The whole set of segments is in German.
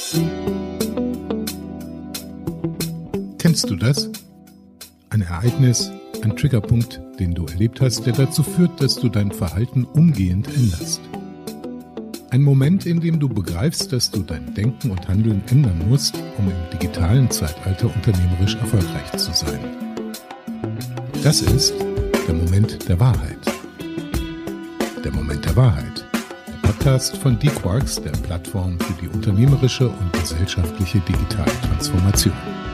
Kennst du das? Ein Ereignis, ein Triggerpunkt, den du erlebt hast, der dazu führt, dass du dein Verhalten umgehend änderst. Ein Moment, in dem du begreifst, dass du dein Denken und Handeln ändern musst, um im digitalen Zeitalter unternehmerisch erfolgreich zu sein. Das ist der Moment der Wahrheit. Der Moment der Wahrheit. Der Podcast von D-Quarks, der Plattform für die unternehmerische und gesellschaftliche digitale Transformation.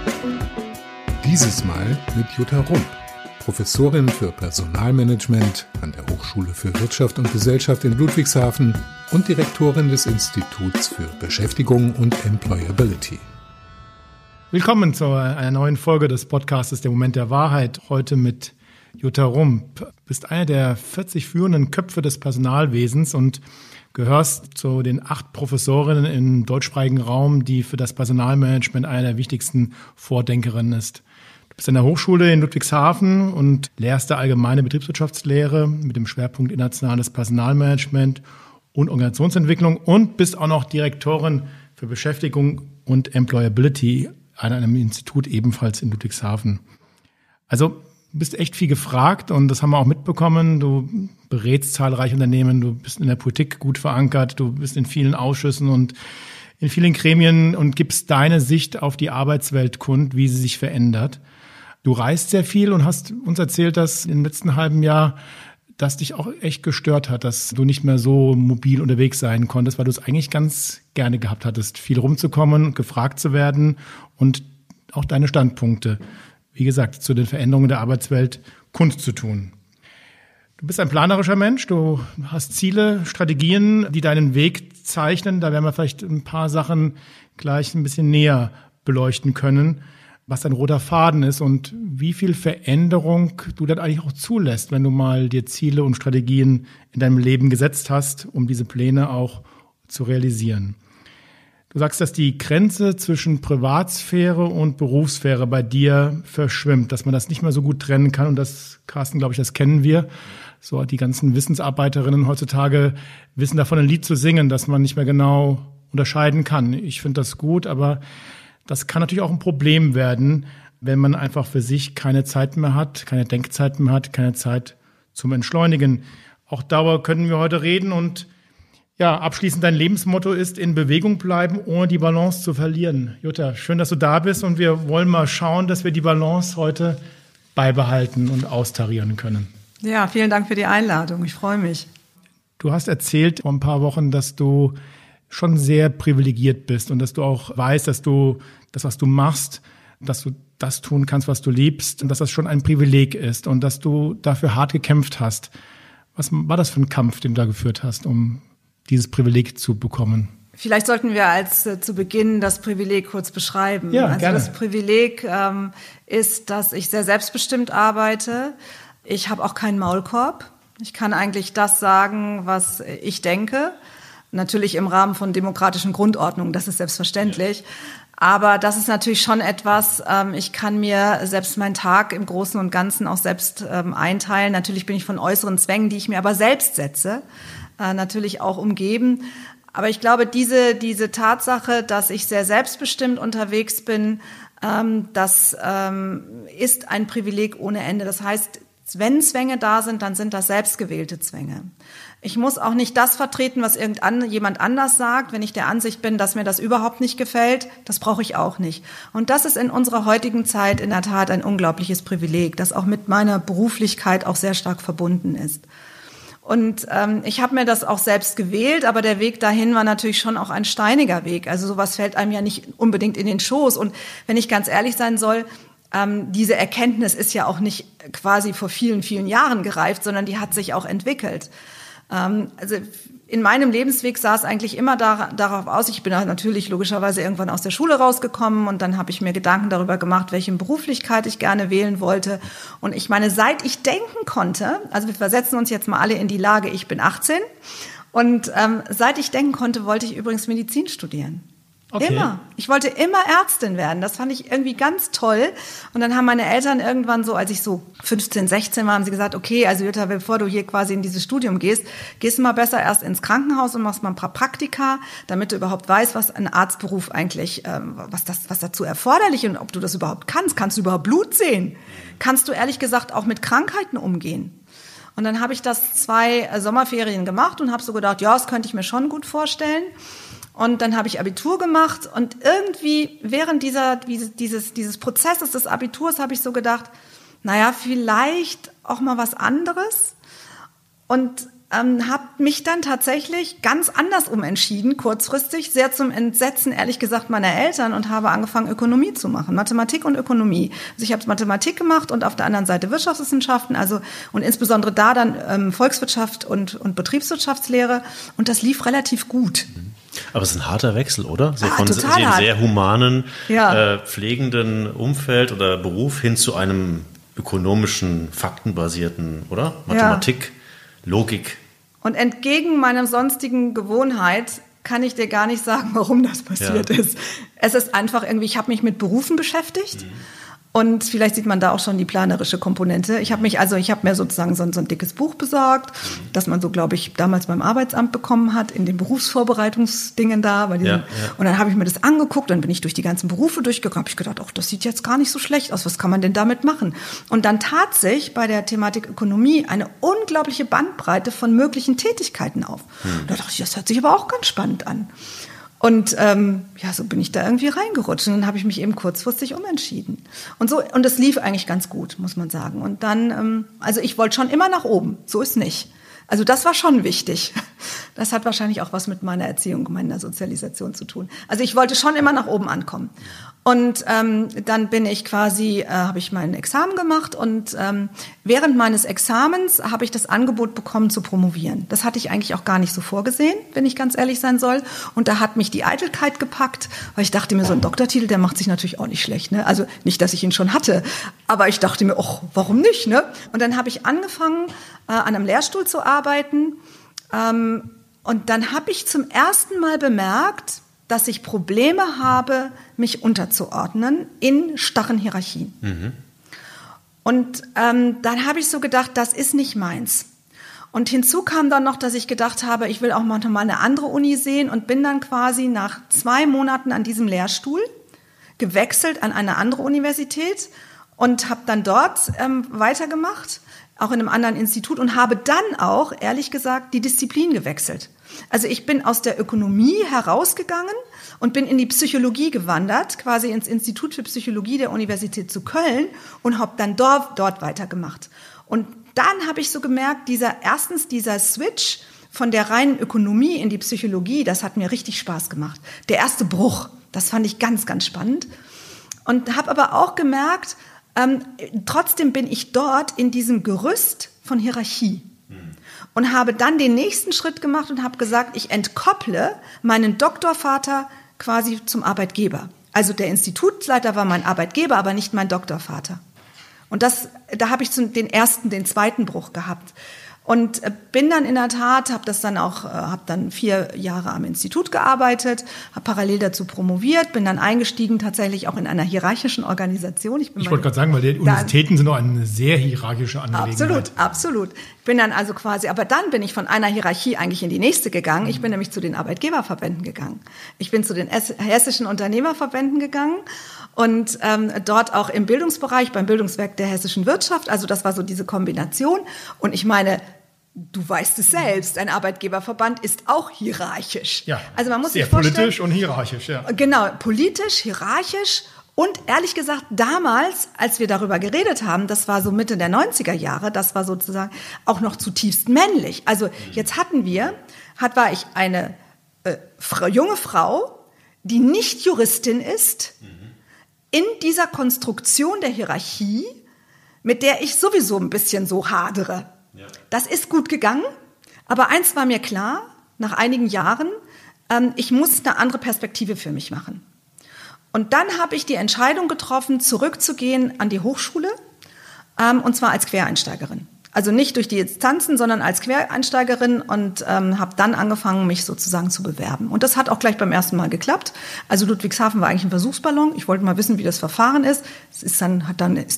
Dieses Mal mit Jutta Rump, Professorin für Personalmanagement an der Hochschule für Wirtschaft und Gesellschaft in Ludwigshafen und Direktorin des Instituts für Beschäftigung und Employability. Willkommen zu einer neuen Folge des Podcasts Der Moment der Wahrheit. Heute mit Jutta Rump. Du bist einer der 40 führenden Köpfe des Personalwesens und gehörst zu den 8 Professorinnen im deutschsprachigen Raum, die für das Personalmanagement einer der wichtigsten Vordenkerinnen ist. Du bist an der Hochschule in Ludwigshafen und lehrst da allgemeine Betriebswirtschaftslehre mit dem Schwerpunkt internationales Personalmanagement und Organisationsentwicklung und bist auch noch Direktorin für Beschäftigung und Employability an einem Institut ebenfalls in Ludwigshafen. Also du bist echt viel gefragt und das haben wir auch mitbekommen. Du berätst zahlreiche Unternehmen, du bist in der Politik gut verankert, du bist in vielen Ausschüssen und in vielen Gremien und gibst deine Sicht auf die Arbeitswelt kund, wie sie sich verändert. Du reist sehr viel und hast uns erzählt, dass im letzten halben Jahr das dich auch echt gestört hat, dass du nicht mehr so mobil unterwegs sein konntest, weil du es eigentlich ganz gerne gehabt hattest, viel rumzukommen, gefragt zu werden und auch deine Standpunkte, wie gesagt, zu den Veränderungen der Arbeitswelt kundzutun. Du bist ein planerischer Mensch, du hast Ziele, Strategien, die deinen Weg zeichnen. Da werden wir vielleicht ein paar Sachen gleich ein bisschen näher beleuchten können, was dein roter Faden ist und wie viel Veränderung du dann eigentlich auch zulässt, wenn du mal dir Ziele und Strategien in deinem Leben gesetzt hast, um diese Pläne auch zu realisieren. Du sagst, dass die Grenze zwischen Privatsphäre und Berufssphäre bei dir verschwimmt, dass man das nicht mehr so gut trennen kann und das, Carsten, glaube ich, das kennen wir. So, die ganzen Wissensarbeiterinnen heutzutage wissen davon, ein Lied zu singen, dass man nicht mehr genau unterscheiden kann. Ich finde das gut, aber das kann natürlich auch ein Problem werden, wenn man einfach für sich keine Zeit mehr hat, keine Denkzeit mehr hat, keine Zeit zum Entschleunigen. Auch darüber können wir heute reden und ja, abschließend dein Lebensmotto ist, in Bewegung bleiben, ohne die Balance zu verlieren. Jutta, schön, dass du da bist und wir wollen mal schauen, dass wir die Balance heute beibehalten und austarieren können. Ja, vielen Dank für die Einladung. Ich freue mich. Du hast erzählt vor ein paar Wochen, dass du schon sehr privilegiert bist und dass du auch weißt, dass du das, was du machst, dass du das tun kannst, was du liebst und dass das schon ein Privileg ist und dass du dafür hart gekämpft hast. Was war das für ein Kampf, den du da geführt hast, um dieses Privileg zu bekommen? Vielleicht sollten wir zu Beginn das Privileg kurz beschreiben. Ja, gerne. Das Privileg ist, dass ich sehr selbstbestimmt arbeite. Ich habe auch keinen Maulkorb. Ich kann eigentlich das sagen, was ich denke. Natürlich im Rahmen von demokratischen Grundordnungen, das ist selbstverständlich. Aber das ist natürlich schon etwas, ich kann mir selbst meinen Tag im Großen und Ganzen auch selbst einteilen. Natürlich bin ich von äußeren Zwängen, die ich mir aber selbst setze, natürlich auch umgeben. Aber ich glaube, diese Tatsache, dass ich sehr selbstbestimmt unterwegs bin, das ist ein Privileg ohne Ende. Das heißt, wenn Zwänge da sind, dann sind das selbstgewählte Zwänge. Ich muss auch nicht das vertreten, was jemand anders sagt. Wenn ich der Ansicht bin, dass mir das überhaupt nicht gefällt, das brauche ich auch nicht. Und das ist in unserer heutigen Zeit in der Tat ein unglaubliches Privileg, das auch mit meiner Beruflichkeit auch sehr stark verbunden ist. Und ich habe mir das auch selbst gewählt, aber der Weg dahin war natürlich schon auch ein steiniger Weg. Also sowas fällt einem ja nicht unbedingt in den Schoß. Und wenn ich ganz ehrlich sein soll, diese Erkenntnis ist ja auch nicht quasi vor vielen, vielen Jahren gereift, sondern die hat sich auch entwickelt. Also in meinem Lebensweg sah es eigentlich immer darauf aus, ich bin natürlich logischerweise irgendwann aus der Schule rausgekommen und dann habe ich mir Gedanken darüber gemacht, welche Beruflichkeit ich gerne wählen wollte. Und ich meine, seit ich denken konnte, also wir versetzen uns jetzt mal alle in die Lage, ich bin 18 und seit ich denken konnte, wollte ich übrigens Medizin studieren. Okay. Immer. Ich wollte immer Ärztin werden. Das fand ich irgendwie ganz toll. Und dann haben meine Eltern irgendwann so, als ich so 15, 16 war, haben sie gesagt, okay, also Jutta, bevor du hier quasi in dieses Studium gehst du mal besser erst ins Krankenhaus und machst mal ein paar Praktika, damit du überhaupt weißt, was ein Arztberuf eigentlich, was dazu erforderlich ist und ob du das überhaupt kannst. Kannst du überhaupt Blut sehen? Kannst du ehrlich gesagt auch mit Krankheiten umgehen? Und dann habe ich das 2 Sommerferien gemacht und habe so gedacht, ja, das könnte ich mir schon gut vorstellen. Und dann habe ich Abitur gemacht und irgendwie während dieses Prozesses des Abiturs habe ich so gedacht, naja, vielleicht auch mal was anderes und habe mich dann tatsächlich ganz anders umentschieden, kurzfristig, sehr zum Entsetzen, ehrlich gesagt, meiner Eltern und habe angefangen, Ökonomie zu machen, Mathematik und Ökonomie. Also ich habe Mathematik gemacht und auf der anderen Seite Wirtschaftswissenschaften, und insbesondere da dann Volkswirtschaft und Betriebswirtschaftslehre und das lief relativ gut. Aber es ist ein harter Wechsel, oder? So von total dem hart. sehr humanen, pflegenden Umfeld oder Beruf hin zu einem ökonomischen, faktenbasierten, oder? Mathematik, Logik. Und entgegen meiner sonstigen Gewohnheit kann ich dir gar nicht sagen, warum das passiert ist. Es ist einfach irgendwie, ich habe mich mit Berufen beschäftigt. Und vielleicht sieht man da auch schon die planerische Komponente. Ich habe mir sozusagen so ein dickes Buch besorgt, das man so, glaube ich, damals beim Arbeitsamt bekommen hat, in den Berufsvorbereitungsdingen da. Und dann habe ich mir das angeguckt, dann bin ich durch die ganzen Berufe durchgekommen, habe ich gedacht, ach, das sieht jetzt gar nicht so schlecht aus, was kann man denn damit machen? Und dann tat sich bei der Thematik Ökonomie eine unglaubliche Bandbreite von möglichen Tätigkeiten auf. Da dachte ich, das hört sich aber auch ganz spannend an. Und so bin ich da irgendwie reingerutscht. Und dann habe ich mich eben kurzfristig umentschieden. Und das lief eigentlich ganz gut, muss man sagen. Und dann, ich wollte schon immer nach oben. So ist nicht. Also das war schon wichtig. Das hat wahrscheinlich auch was mit meiner Erziehung, meiner Sozialisation zu tun. Also ich wollte schon immer nach oben ankommen. Und dann bin ich habe ich mein Examen gemacht und während meines Examens habe ich das Angebot bekommen zu promovieren. Das hatte ich eigentlich auch gar nicht so vorgesehen, wenn ich ganz ehrlich sein soll. Und da hat mich die Eitelkeit gepackt, weil ich dachte mir, so ein Doktortitel, der macht sich natürlich auch nicht schlecht. Ne? Also nicht, dass ich ihn schon hatte, aber ich dachte mir, warum nicht? Ne? Und dann habe ich angefangen, an einem Lehrstuhl zu arbeiten. Und dann habe ich zum ersten Mal bemerkt, dass ich Probleme habe, mich unterzuordnen in starren Hierarchien. Und dann habe ich so gedacht, das ist nicht meins. Und hinzu kam dann noch, dass ich gedacht habe, ich will auch mal eine andere Uni sehen und bin dann quasi nach 2 Monaten an diesem Lehrstuhl gewechselt an eine andere Universität und habe dann dort weitergemacht, auch in einem anderen Institut und habe dann auch, ehrlich gesagt, die Disziplin gewechselt. Also ich bin aus der Ökonomie herausgegangen und bin in die Psychologie gewandert, quasi ins Institut für Psychologie der Universität zu Köln und habe dann dort weitergemacht. Und dann habe ich so gemerkt, dieser Switch von der reinen Ökonomie in die Psychologie, das hat mir richtig Spaß gemacht. Der erste Bruch, das fand ich ganz, ganz spannend. Und habe aber auch gemerkt, trotzdem bin ich dort in diesem Gerüst von Hierarchie. Und habe dann den nächsten Schritt gemacht und habe gesagt, ich entkopple meinen Doktorvater quasi zum Arbeitgeber. Also der Institutsleiter war mein Arbeitgeber, aber nicht mein Doktorvater. Und da habe ich den zweiten Bruch gehabt. Und bin dann in der Tat, habe dann 4 Jahre am Institut gearbeitet, habe parallel dazu promoviert, bin dann eingestiegen tatsächlich auch in einer hierarchischen Organisation. Ich wollte gerade sagen, weil die Universitäten sind auch eine sehr hierarchische Angelegenheit. Absolut. Bin dann also aber dann bin ich von einer Hierarchie eigentlich in die nächste gegangen. Ich bin nämlich zu den Arbeitgeberverbänden gegangen. Ich bin zu den hessischen Unternehmerverbänden gegangen und dort auch im Bildungsbereich, beim Bildungswerk der hessischen Wirtschaft. Also das war so diese Kombination. Und ich meine, du weißt es selbst, ein Arbeitgeberverband ist auch hierarchisch. Ja, also man muss sehr sich vorstellen, politisch und hierarchisch. Ja. Genau, politisch, hierarchisch. Und ehrlich gesagt, damals, als wir darüber geredet haben, das war so Mitte der 90er Jahre, das war sozusagen auch noch zutiefst männlich. Also jetzt war ich eine junge Frau, die nicht Juristin ist, in dieser Konstruktion der Hierarchie, mit der ich sowieso ein bisschen so hadere. Ja. Das ist gut gegangen, aber eins war mir klar, nach einigen Jahren, ich muss eine andere Perspektive für mich machen. Und dann habe ich die Entscheidung getroffen, zurückzugehen an die Hochschule, und zwar als Quereinsteigerin. Also nicht durch die Instanzen, sondern als Quereinsteigerin und habe dann angefangen, mich sozusagen zu bewerben. Und das hat auch gleich beim ersten Mal geklappt. Also Ludwigshafen war eigentlich ein Versuchsballon. Ich wollte mal wissen, wie das Verfahren ist. Es ist dann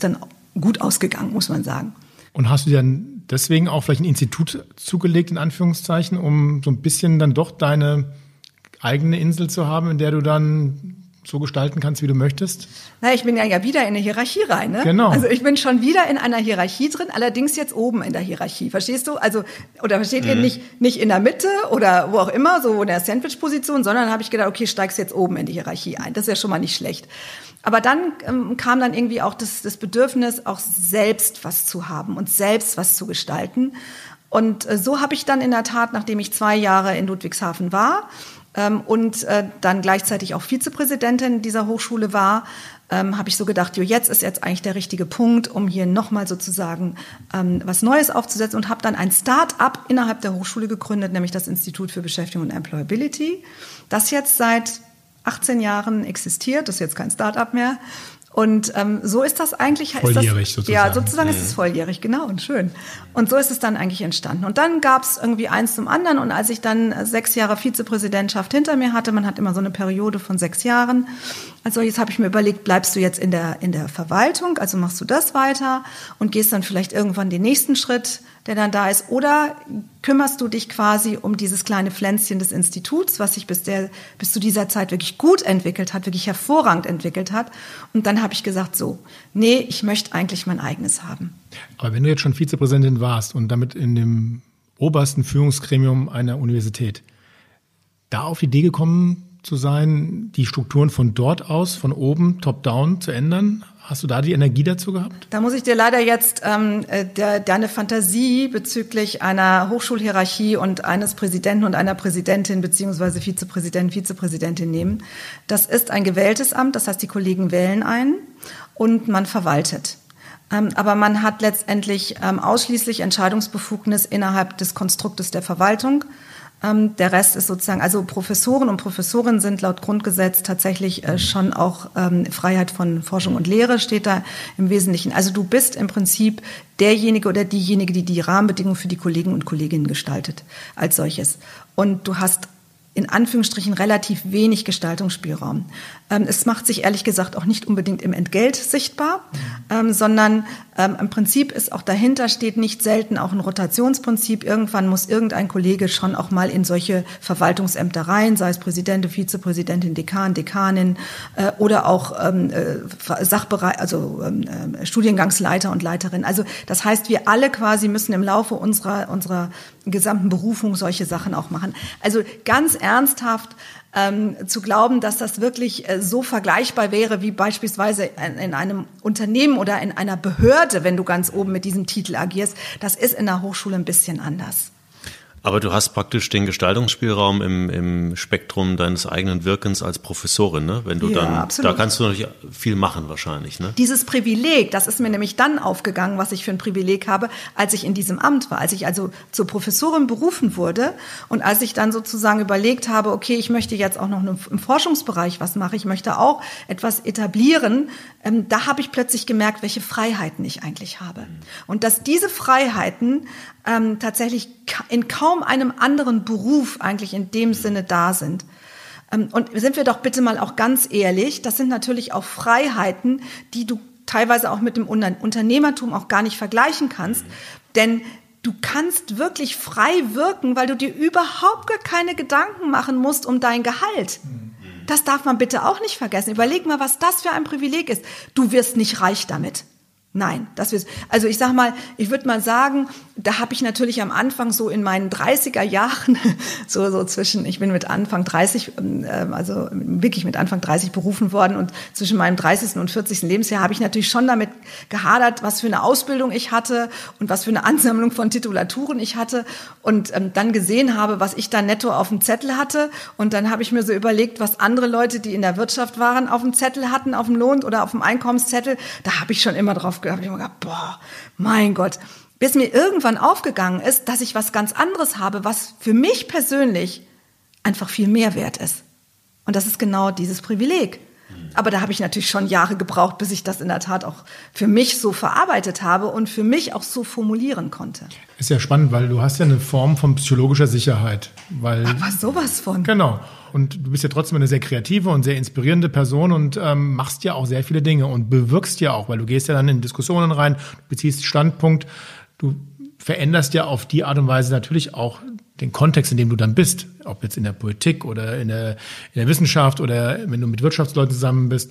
gut ausgegangen, muss man sagen. Und hast du dir dann deswegen auch vielleicht ein Institut zugelegt, in Anführungszeichen, um so ein bisschen dann doch deine eigene Insel zu haben, in der du dann so gestalten kannst, wie du möchtest? Na, ich bin ja wieder in eine Hierarchie rein, ne? Genau. Also ich bin schon wieder in einer Hierarchie drin, allerdings jetzt oben in der Hierarchie, verstehst du? Also, oder versteht ihr nicht in der Mitte oder wo auch immer, so in der Sandwich-Position, sondern habe ich gedacht, okay, steigst jetzt oben in die Hierarchie ein. Das ist ja schon mal nicht schlecht. Aber dann kam dann irgendwie auch das Bedürfnis, auch selbst was zu haben und selbst was zu gestalten. Und so habe ich dann in der Tat, nachdem ich 2 Jahre in Ludwigshafen war, und dann gleichzeitig auch Vizepräsidentin dieser Hochschule war, habe ich so gedacht, jetzt ist jetzt eigentlich der richtige Punkt, um hier nochmal sozusagen was Neues aufzusetzen und habe dann ein Start-up innerhalb der Hochschule gegründet, nämlich das Institut für Beschäftigung und Employability, das jetzt seit 18 Jahren existiert, das ist jetzt kein Start-up mehr. Und so ist das eigentlich. Volljährig sozusagen. Ja, sozusagen ist es volljährig, genau, und schön. Und so ist es dann eigentlich entstanden. Und dann gab es irgendwie eins zum anderen. Und als ich dann 6 Jahre Vizepräsidentschaft hinter mir hatte, man hat immer so eine Periode von 6 Jahren. Also jetzt habe ich mir überlegt, bleibst du jetzt in der Verwaltung, also machst du das weiter und gehst dann vielleicht irgendwann den nächsten Schritt, der dann da ist, oder kümmerst du dich quasi um dieses kleine Pflänzchen des Instituts, was sich bis zu dieser Zeit wirklich gut entwickelt hat, wirklich hervorragend entwickelt hat. Und dann habe ich gesagt, nee, ich möchte eigentlich mein eigenes haben. Aber wenn du jetzt schon Vizepräsidentin warst und damit in dem obersten Führungsgremium einer Universität, da auf die Idee gekommen zu sein, die Strukturen von dort aus, von oben, top-down zu ändern? Hast du da die Energie dazu gehabt? Da muss ich dir leider jetzt deine Fantasie bezüglich einer Hochschulhierarchie und eines Präsidenten und einer Präsidentin beziehungsweise Vizepräsidentin nehmen. Das ist ein gewähltes Amt, das heißt, die Kollegen wählen ein und man verwaltet. Aber man hat letztendlich ausschließlich Entscheidungsbefugnis innerhalb des Konstruktes der Verwaltung. Der Rest ist sozusagen, also Professoren und Professorinnen sind laut Grundgesetz tatsächlich schon auch Freiheit von Forschung und Lehre steht da im Wesentlichen. Also du bist im Prinzip derjenige oder diejenige, die die Rahmenbedingungen für die Kollegen und Kolleginnen gestaltet als solches. Und du hast in Anführungsstrichen relativ wenig Gestaltungsspielraum. Es macht sich ehrlich gesagt auch nicht unbedingt im Entgelt sichtbar, sondern im Prinzip ist auch dahinter steht nicht selten auch ein Rotationsprinzip. Irgendwann muss irgendein Kollege schon auch mal in solche Verwaltungsämter rein, sei es Präsidentin, Vizepräsidentin, Dekan, Dekanin oder auch Sachbereich, also Studiengangsleiter und Leiterin. Also das heißt, wir alle quasi müssen im Laufe unserer gesamten Berufung solche Sachen auch machen. Also ganz ernsthaft zu glauben, dass das wirklich so vergleichbar wäre wie beispielsweise in einem Unternehmen oder in einer Behörde, wenn du ganz oben mit diesem Titel agierst, das ist in der Hochschule ein bisschen anders. Aber du hast praktisch den Gestaltungsspielraum im Spektrum deines eigenen Wirkens als Professorin, ne? Wenn du da kannst du natürlich viel machen wahrscheinlich, ne? Dieses Privileg, das ist mir nämlich dann aufgegangen, was ich für ein Privileg habe, als ich in diesem Amt war, als ich also zur Professorin berufen wurde und als ich dann sozusagen überlegt habe, okay, ich möchte jetzt auch noch im Forschungsbereich was machen, ich möchte auch etwas etablieren, da habe ich plötzlich gemerkt, welche Freiheiten ich eigentlich habe. Und dass diese Freiheiten tatsächlich in kaum einem anderen Beruf eigentlich in dem Sinne da sind. Und sind wir doch bitte mal auch ganz ehrlich, das sind natürlich auch Freiheiten, die du teilweise auch mit dem Unternehmertum auch gar nicht vergleichen kannst, denn du kannst wirklich frei wirken, weil du dir überhaupt gar keine Gedanken machen musst um dein Gehalt. Das darf man bitte auch nicht vergessen. Überleg mal, was das für ein Privileg ist. Du wirst nicht reich damit. Nein, also ich sag mal, ich würde mal sagen, da habe ich natürlich am Anfang so in meinen 30er Jahren, so zwischen, ich bin mit Anfang 30, also wirklich mit Anfang 30 berufen worden und zwischen meinem 30. und 40. Lebensjahr habe ich natürlich schon damit gehadert, was für eine Ausbildung ich hatte und was für eine Ansammlung von Titulaturen ich hatte und dann gesehen habe, was ich da netto auf dem Zettel hatte und dann habe ich mir so überlegt, was andere Leute, die in der Wirtschaft waren, auf dem Zettel hatten, auf dem Lohn oder auf dem Einkommenszettel, da habe ich schon immer drauf habe ich immer gedacht, boah, mein Gott, bis mir irgendwann aufgegangen ist, dass ich was ganz anderes habe, was für mich persönlich einfach viel mehr wert ist. Und das ist genau dieses Privileg. Aber da habe ich natürlich schon Jahre gebraucht, bis ich das in der Tat auch für mich so verarbeitet habe und für mich auch so formulieren konnte. Ist ja spannend, weil du hast ja eine Form von psychologischer Sicherheit. Aber sowas von. Genau. Und du bist ja trotzdem eine sehr kreative und sehr inspirierende Person und machst ja auch sehr viele Dinge und bewirkst ja auch, weil du gehst ja dann in Diskussionen rein, du beziehst Standpunkt, du veränderst ja auf die Art und Weise natürlich auch den Kontext, in dem du dann bist, ob jetzt in der Politik oder in der Wissenschaft oder wenn du mit Wirtschaftsleuten zusammen bist.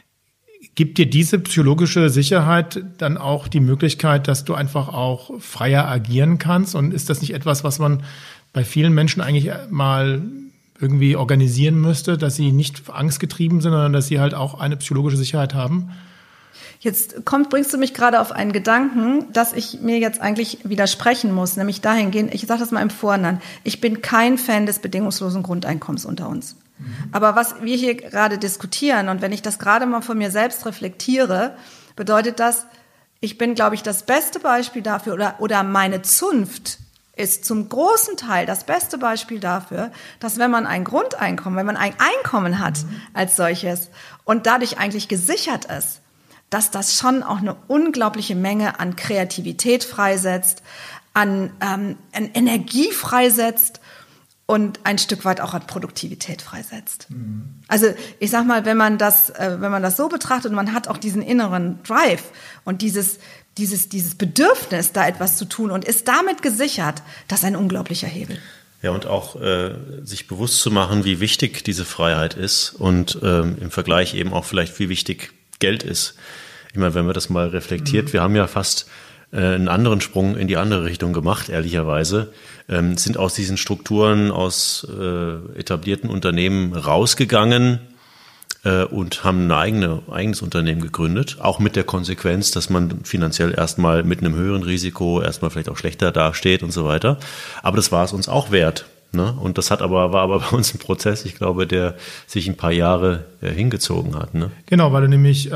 Gibt dir diese psychologische Sicherheit dann auch die Möglichkeit, dass du einfach auch freier agieren kannst? Und ist das nicht etwas, was man bei vielen Menschen eigentlich mal irgendwie organisieren müsste, dass sie nicht angstgetrieben sind, sondern dass sie halt auch eine psychologische Sicherheit haben? Jetzt bringst du mich gerade auf einen Gedanken, dass ich mir jetzt eigentlich widersprechen muss, nämlich dahingehend, ich sage das mal im Vorhinein, ich bin kein Fan des bedingungslosen Grundeinkommens unter uns. Aber was wir hier gerade diskutieren und wenn ich das gerade mal von mir selbst reflektiere, bedeutet das, ich bin, glaube ich, das beste Beispiel dafür oder meine Zunft ist zum großen Teil das beste Beispiel dafür, dass wenn man ein Grundeinkommen, wenn man ein Einkommen hat als solches und dadurch eigentlich gesichert ist, dass das schon auch eine unglaubliche Menge an Kreativität freisetzt, an Energie freisetzt und ein Stück weit auch an Produktivität freisetzt. Also ich sag mal, wenn man das so betrachtet und man hat auch diesen inneren Drive und dieses Bedürfnis, da etwas zu tun und ist damit gesichert, das ist ein unglaublicher Hebel. Ja, und auch sich bewusst zu machen, wie wichtig diese Freiheit ist und im Vergleich eben auch vielleicht, wie wichtig Geld ist. Ich meine, wenn man das mal reflektiert, wir haben ja fast einen anderen Sprung in die andere Richtung gemacht, ehrlicherweise, sind aus diesen Strukturen, aus etablierten Unternehmen rausgegangen und haben ein eigenes Unternehmen gegründet, auch mit der Konsequenz, dass man finanziell erstmal mit einem höheren Risiko erstmal vielleicht auch schlechter dasteht und so weiter. Aber das war es uns auch wert. Ne? Und das war aber bei uns ein Prozess, ich glaube, der sich ein paar Jahre hingezogen hat. Ne? Genau, weil du nämlich,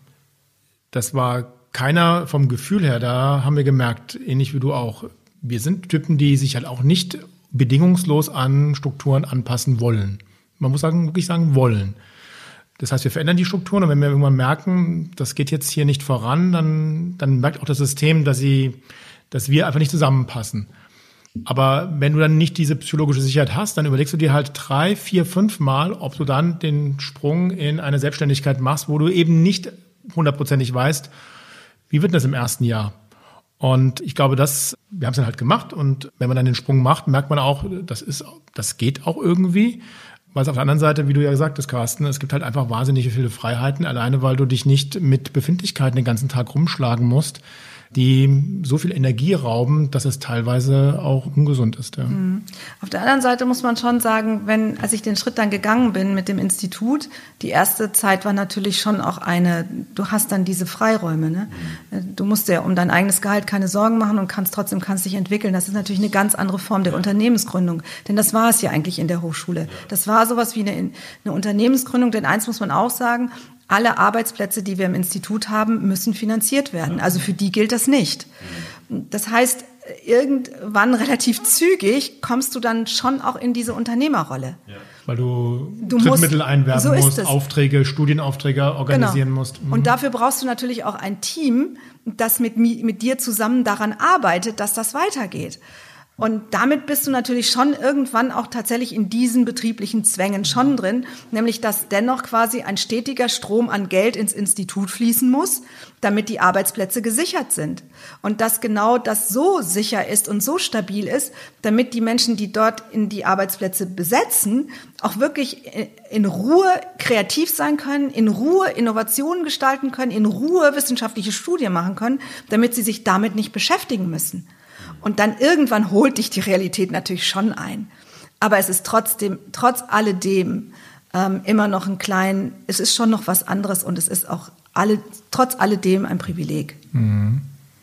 das war keiner vom Gefühl her, da haben wir gemerkt, ähnlich wie du auch, wir sind Typen, die sich halt auch nicht bedingungslos an Strukturen anpassen wollen. Man muss wirklich sagen, wollen. Das heißt, wir verändern die Strukturen und wenn wir irgendwann merken, das geht jetzt hier nicht voran, dann merkt auch das System, dass wir einfach nicht zusammenpassen. Aber wenn du dann nicht diese psychologische Sicherheit hast, dann überlegst du dir halt 3, 4, 5 Mal, ob du dann den Sprung in eine Selbstständigkeit machst, wo du eben nicht 100%ig weißt, wie wird das im ersten Jahr? Und ich glaube, wir haben es dann halt gemacht und wenn man dann den Sprung macht, merkt man auch, das geht auch irgendwie. Weil es auf der anderen Seite, wie du ja gesagt hast, Carsten, es gibt halt einfach wahnsinnig viele Freiheiten, alleine weil du dich nicht mit Befindlichkeiten den ganzen Tag rumschlagen musst, die so viel Energie rauben, dass es teilweise auch ungesund ist. Ja. Auf der anderen Seite muss man schon sagen, als ich den Schritt dann gegangen bin mit dem Institut, die erste Zeit war natürlich schon auch du hast dann diese Freiräume. Ne? Du musst ja um dein eigenes Gehalt keine Sorgen machen und kannst dich entwickeln. Das ist natürlich eine ganz andere Form der Unternehmensgründung. Denn das war es ja eigentlich in der Hochschule. Das war sowas wie eine Unternehmensgründung, denn eins muss man auch sagen, alle Arbeitsplätze, die wir im Institut haben, müssen finanziert werden. Also für die gilt das nicht. Das heißt, irgendwann relativ zügig kommst du dann schon auch in diese Unternehmerrolle. Ja. Weil du Drittmittel einwerben musst, Aufträge, Studienaufträge organisieren musst. Und dafür brauchst du natürlich auch ein Team, das mit dir zusammen daran arbeitet, dass das weitergeht. Und damit bist du natürlich schon irgendwann auch tatsächlich in diesen betrieblichen Zwängen schon drin, nämlich dass dennoch quasi ein stetiger Strom an Geld ins Institut fließen muss, damit die Arbeitsplätze gesichert sind. Und dass genau das so sicher ist und so stabil ist, damit die Menschen, die dort in die Arbeitsplätze besetzen, auch wirklich in Ruhe kreativ sein können, in Ruhe Innovationen gestalten können, in Ruhe wissenschaftliche Studien machen können, damit sie sich damit nicht beschäftigen müssen. Und dann irgendwann holt dich die Realität natürlich schon ein. Aber es ist trotzdem, trotz alledem, immer noch es ist schon noch was anderes und es ist auch trotz alledem ein Privileg. Mhm.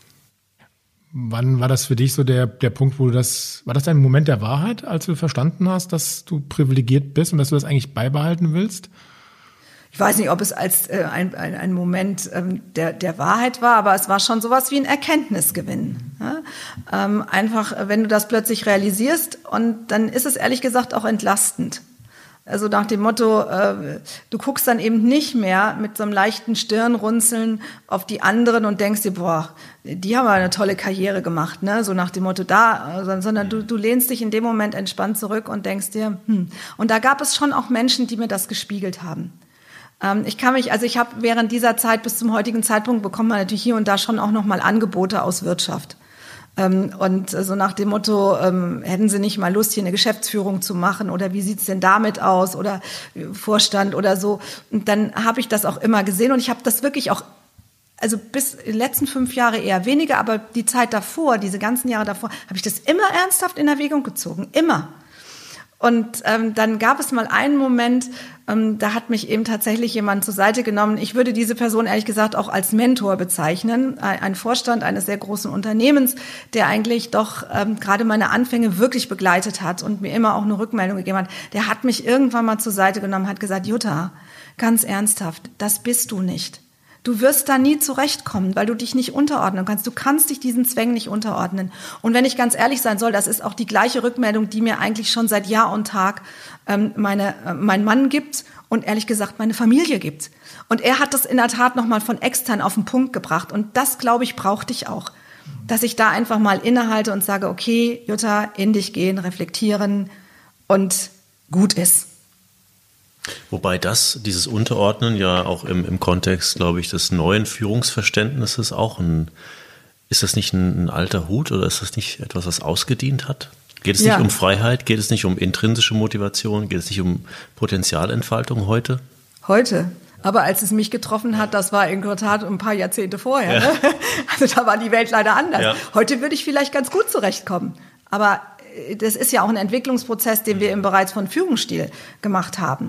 Wann war das für dich so der Punkt, war das ein Moment der Wahrheit, als du verstanden hast, dass du privilegiert bist und dass du das eigentlich beibehalten willst? Ich weiß nicht, ob es als ein Moment der Wahrheit war, aber es war schon sowas wie ein Erkenntnisgewinn. Ja? Einfach, wenn du das plötzlich realisierst und dann ist es ehrlich gesagt auch entlastend. Also nach dem Motto, du guckst dann eben nicht mehr mit so einem leichten Stirnrunzeln auf die anderen und denkst dir, boah, die haben eine tolle Karriere gemacht, ne? So nach dem Motto sondern du lehnst dich in dem Moment entspannt zurück und denkst dir, Und da gab es schon auch Menschen, die mir das gespiegelt haben. Ich habe während dieser Zeit bis zum heutigen Zeitpunkt bekommt man natürlich hier und da schon auch nochmal Angebote aus Wirtschaft. Und so nach dem Motto, hätten Sie nicht mal Lust, hier eine Geschäftsführung zu machen oder wie sieht's denn damit aus oder Vorstand oder so. Und dann habe ich das auch immer gesehen und ich habe das wirklich auch, also bis die letzten 5 Jahre eher weniger, aber die Zeit davor, diese ganzen Jahre davor, habe ich das immer ernsthaft in Erwägung gezogen, immer. Und dann gab es mal einen Moment, da hat mich eben tatsächlich jemand zur Seite genommen. Ich würde diese Person ehrlich gesagt auch als Mentor bezeichnen. Ein Vorstand eines sehr großen Unternehmens, der eigentlich doch gerade meine Anfänge wirklich begleitet hat und mir immer auch eine Rückmeldung gegeben hat. Der hat mich irgendwann mal zur Seite genommen, hat gesagt, Jutta, ganz ernsthaft, das bist du nicht. Du wirst da nie zurechtkommen, weil du dich nicht unterordnen kannst. Du kannst dich diesen Zwängen nicht unterordnen. Und wenn ich ganz ehrlich sein soll, das ist auch die gleiche Rückmeldung, die mir eigentlich schon seit Jahr und Tag mein Mann gibt und ehrlich gesagt meine Familie gibt. Und er hat das in der Tat nochmal von extern auf den Punkt gebracht. Und das, glaube ich, brauchte ich auch. Dass ich da einfach mal innehalte und sage, okay, Jutta, in dich gehen, reflektieren und gut ist. Wobei dieses Unterordnen ja auch im Kontext, glaube ich, des neuen Führungsverständnisses auch ist das nicht ein alter Hut oder ist das nicht etwas, was ausgedient hat? Geht es nicht um Freiheit? Geht es nicht um intrinsische Motivation? Geht es nicht um Potenzialentfaltung heute? Heute. Aber als es mich getroffen hat, das war in der Tat ein paar Jahrzehnte vorher. Ja. Ne? Also da war die Welt leider anders. Ja. Heute würde ich vielleicht ganz gut zurechtkommen. Aber das ist ja auch ein Entwicklungsprozess, den wir im Bereich von Führungsstil gemacht haben.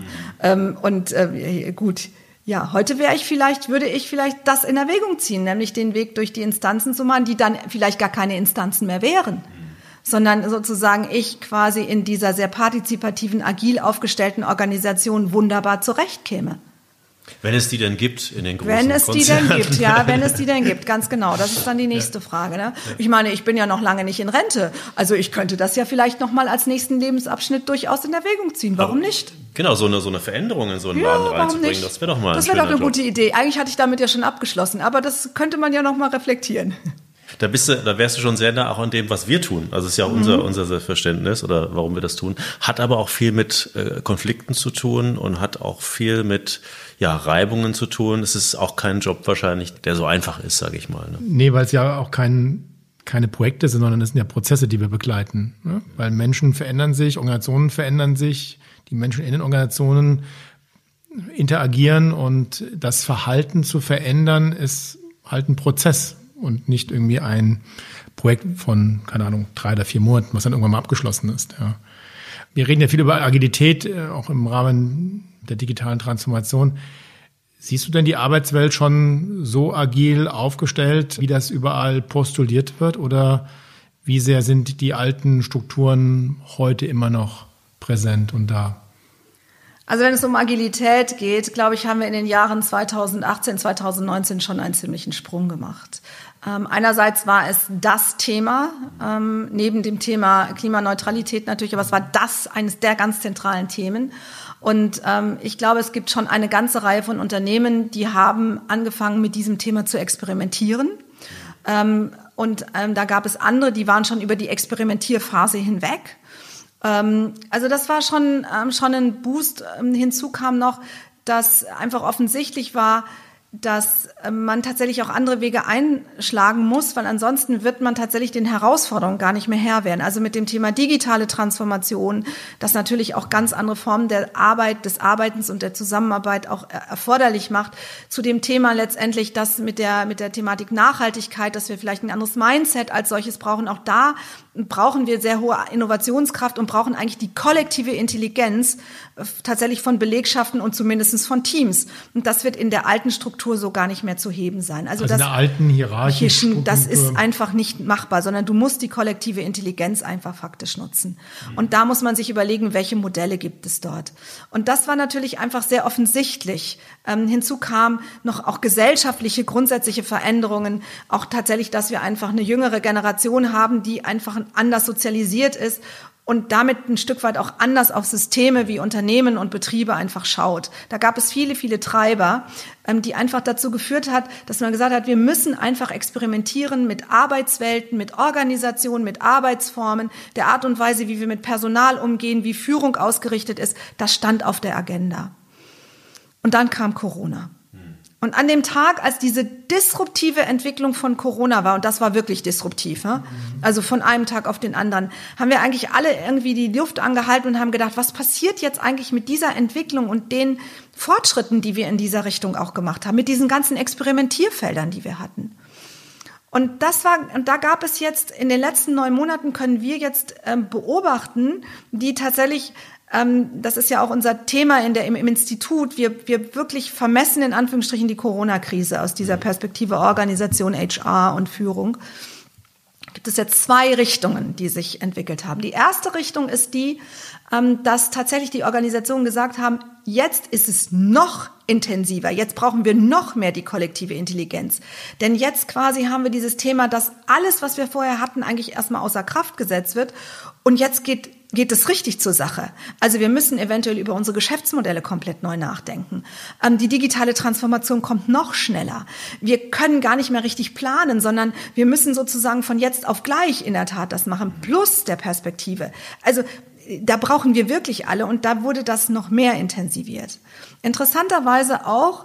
Gut, ja, heute würde ich vielleicht das in Erwägung ziehen, nämlich den Weg durch die Instanzen zu machen, die dann vielleicht gar keine Instanzen mehr wären, sondern sozusagen ich quasi in dieser sehr partizipativen, agil aufgestellten Organisation wunderbar zurechtkäme. Wenn es die denn gibt in den großen Konzernen. Wenn es die denn gibt, Ja. Ganz genau. Das ist dann die nächste Frage. Ne? Ich meine, ich bin ja noch lange nicht in Rente. Also ich könnte das ja vielleicht noch mal als nächsten Lebensabschnitt durchaus in Erwägung ziehen. Warum nicht? Genau, so eine Veränderung in so einen Laden reinzubringen, das wäre doch mal Das wäre doch eine gute Idee. Eigentlich hatte ich damit ja schon abgeschlossen, aber das könnte man ja noch mal reflektieren. Da wärst du schon sehr nah auch an dem, was wir tun. Also es ist ja unser Selbstverständnis oder warum wir das tun. Hat aber auch viel mit Konflikten zu tun und hat auch viel mit Reibungen zu tun. Es ist auch kein Job wahrscheinlich, der so einfach ist, sage ich mal. Ne? Nee, weil es ja auch keine Projekte sind, sondern es sind ja Prozesse, die wir begleiten. Ne? Weil Menschen verändern sich, Organisationen verändern sich, die Menschen in den Organisationen interagieren und das Verhalten zu verändern ist halt ein Prozess. Und nicht irgendwie ein Projekt von, 3 oder 4 Monaten, was dann irgendwann mal abgeschlossen ist. Ja. Wir reden ja viel über Agilität, auch im Rahmen der digitalen Transformation. Siehst du denn die Arbeitswelt schon so agil aufgestellt, wie das überall postuliert wird? Oder wie sehr sind die alten Strukturen heute immer noch präsent und da? Also wenn es um Agilität geht, glaube ich, haben wir in den Jahren 2018, 2019 schon einen ziemlichen Sprung gemacht. Einerseits war es das Thema, neben dem Thema Klimaneutralität natürlich, aber es war eines der ganz zentralen Themen. Und ich glaube, es gibt schon eine ganze Reihe von Unternehmen, die haben angefangen, mit diesem Thema zu experimentieren. Da gab es andere, die waren schon über die Experimentierphase hinweg. Also das war schon ein Boost. Hinzu kam noch, dass einfach offensichtlich war, dass man tatsächlich auch andere Wege einschlagen muss, weil ansonsten wird man tatsächlich den Herausforderungen gar nicht mehr Herr werden. Also mit dem Thema digitale Transformation, das natürlich auch ganz andere Formen der Arbeit, des Arbeitens und der Zusammenarbeit auch erforderlich macht. Zu dem Thema letztendlich, das mit der Thematik Nachhaltigkeit, dass wir vielleicht ein anderes Mindset als solches brauchen. Auch da brauchen wir sehr hohe Innovationskraft und brauchen eigentlich die kollektive Intelligenz tatsächlich von Belegschaften und zumindest von Teams. Und das wird in der alten Struktur so gar nicht mehr zu heben sein. Also in der alten hierarchischen das ist einfach nicht machbar, sondern du musst die kollektive Intelligenz einfach faktisch nutzen. Und da muss man sich überlegen, welche Modelle gibt es dort. Und das war natürlich einfach sehr offensichtlich. Hinzu kam noch auch gesellschaftliche, grundsätzliche Veränderungen. Auch tatsächlich, dass wir einfach eine jüngere Generation haben, die einfach anders sozialisiert ist und damit ein Stück weit auch anders auf Systeme wie Unternehmen und Betriebe einfach schaut. Da gab es viele, viele Treiber, die einfach dazu geführt hat, dass man gesagt hat, wir müssen einfach experimentieren mit Arbeitswelten, mit Organisationen, mit Arbeitsformen, der Art und Weise, wie wir mit Personal umgehen, wie Führung ausgerichtet ist. Das stand auf der Agenda. Und dann kam Corona. Und an dem Tag, als diese disruptive Entwicklung von Corona war, und das war wirklich disruptiv, also von einem Tag auf den anderen, haben wir eigentlich alle irgendwie die Luft angehalten und haben gedacht, was passiert jetzt eigentlich mit dieser Entwicklung und den Fortschritten, die wir in dieser Richtung auch gemacht haben, mit diesen ganzen Experimentierfeldern, die wir hatten. Und da gab es jetzt in den letzten 9 Monaten, können wir jetzt beobachten, die tatsächlich, das ist ja auch unser Thema im Institut, wir wirklich vermessen in Anführungsstrichen die Corona-Krise aus dieser Perspektive Organisation, HR und Führung. Gibt es jetzt 2 Richtungen, die sich entwickelt haben. Die erste Richtung ist die, dass tatsächlich die Organisationen gesagt haben, jetzt ist es noch intensiver, jetzt brauchen wir noch mehr die kollektive Intelligenz. Denn jetzt quasi haben wir dieses Thema, dass alles, was wir vorher hatten, eigentlich erstmal außer Kraft gesetzt wird. Und jetzt geht es richtig zur Sache. Also wir müssen eventuell über unsere Geschäftsmodelle komplett neu nachdenken. Die digitale Transformation kommt noch schneller. Wir können gar nicht mehr richtig planen, sondern wir müssen sozusagen von jetzt auf gleich in der Tat das machen, plus der Perspektive. Also da brauchen wir wirklich alle und da wurde das noch mehr intensiviert. Interessanterweise auch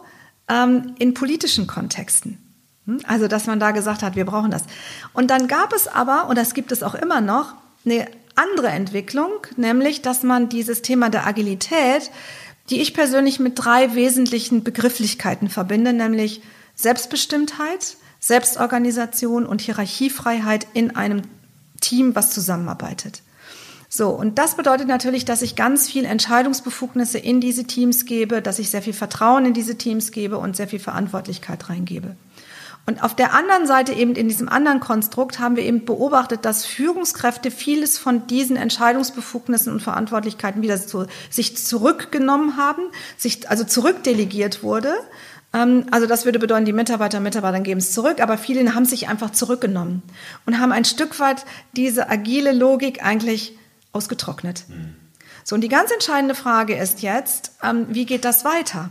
in politischen Kontexten. Also dass man da gesagt hat, wir brauchen das. Und dann gab es aber, und das gibt es auch immer noch, eine andere Entwicklung, nämlich, dass man dieses Thema der Agilität, die ich persönlich mit 3 wesentlichen Begrifflichkeiten verbinde, nämlich Selbstbestimmtheit, Selbstorganisation und Hierarchiefreiheit in einem Team, was zusammenarbeitet. So, und das bedeutet natürlich, dass ich ganz viel Entscheidungsbefugnisse in diese Teams gebe, dass ich sehr viel Vertrauen in diese Teams gebe und sehr viel Verantwortlichkeit reingebe. Und auf der anderen Seite eben in diesem anderen Konstrukt haben wir eben beobachtet, dass Führungskräfte vieles von diesen Entscheidungsbefugnissen und Verantwortlichkeiten wieder sich zurückgenommen haben, also zurückdelegiert wurde. Also das würde bedeuten, die Mitarbeiter geben es zurück, aber viele haben sich einfach zurückgenommen und haben ein Stück weit diese agile Logik eigentlich ausgetrocknet. So, und die ganz entscheidende Frage ist jetzt, wie geht das weiter?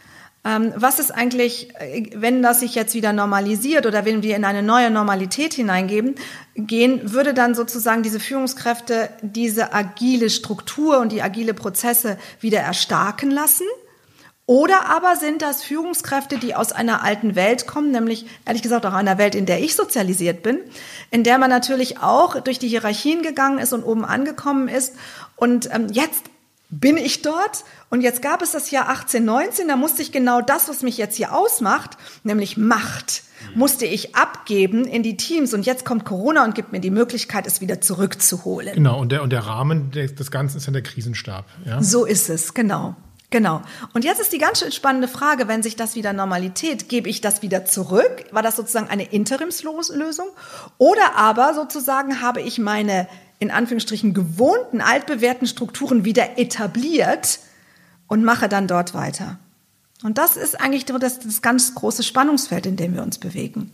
Was ist eigentlich, wenn das sich jetzt wieder normalisiert oder wenn wir in eine neue Normalität gehen, würde dann sozusagen diese Führungskräfte diese agile Struktur und die agile Prozesse wieder erstarken lassen? Oder aber sind das Führungskräfte, die aus einer alten Welt kommen, nämlich ehrlich gesagt auch einer Welt, in der ich sozialisiert bin, in der man natürlich auch durch die Hierarchien gegangen ist und oben angekommen ist und jetzt bin ich dort und jetzt gab es das Jahr 1819, da musste ich genau das, was mich jetzt hier ausmacht, nämlich Macht, musste ich abgeben in die Teams und jetzt kommt Corona und gibt mir die Möglichkeit, es wieder zurückzuholen. Genau, und der Rahmen des Ganzen ist dann der Krisenstab. Ja? So ist es, genau. Und jetzt ist die ganz spannende Frage, wenn sich das wieder Normalität, gebe ich das wieder zurück? War das sozusagen eine Interimslösung? Oder aber sozusagen habe ich meine in Anführungsstrichen gewohnten, altbewährten Strukturen wieder etabliert und mache dann dort weiter. Und das ist eigentlich das ganz große Spannungsfeld, in dem wir uns bewegen.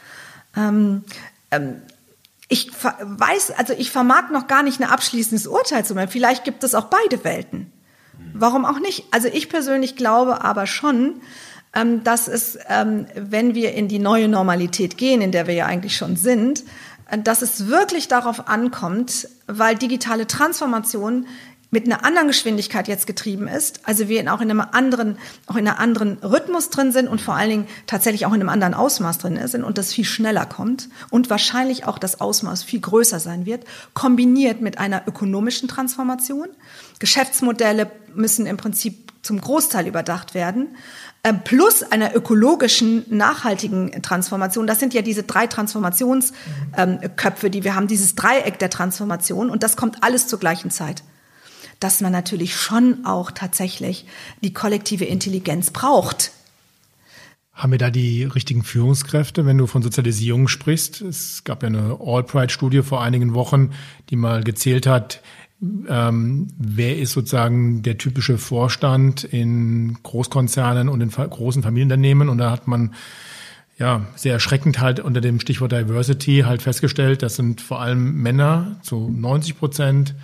Ich vermag noch gar nicht ein abschließendes Urteil zu machen. Vielleicht gibt es auch beide Welten. Warum auch nicht? Also ich persönlich glaube aber schon, dass es, wenn wir in die neue Normalität gehen, in der wir ja eigentlich schon sind, dass es wirklich darauf ankommt, weil digitale Transformation mit einer anderen Geschwindigkeit jetzt getrieben ist, also wir auch in einem anderen Rhythmus drin sind und vor allen Dingen tatsächlich auch in einem anderen Ausmaß drin sind und das viel schneller kommt und wahrscheinlich auch das Ausmaß viel größer sein wird, kombiniert mit einer ökonomischen Transformation. Geschäftsmodelle müssen im Prinzip zum Großteil überdacht werden, plus einer ökologischen, nachhaltigen Transformation. Das sind ja diese 3 Transformationsköpfe, die wir haben, dieses Dreieck der Transformation und das kommt alles zur gleichen Zeit. Dass man natürlich schon auch tatsächlich die kollektive Intelligenz braucht. Haben wir da die richtigen Führungskräfte, wenn du von Sozialisierung sprichst? Es gab ja eine Allbright-Studie vor einigen Wochen, die mal gezählt hat, wer ist sozusagen der typische Vorstand in Großkonzernen und in großen Familienunternehmen. Und da hat man sehr erschreckend halt unter dem Stichwort Diversity halt festgestellt, das sind vor allem Männer zu 90%,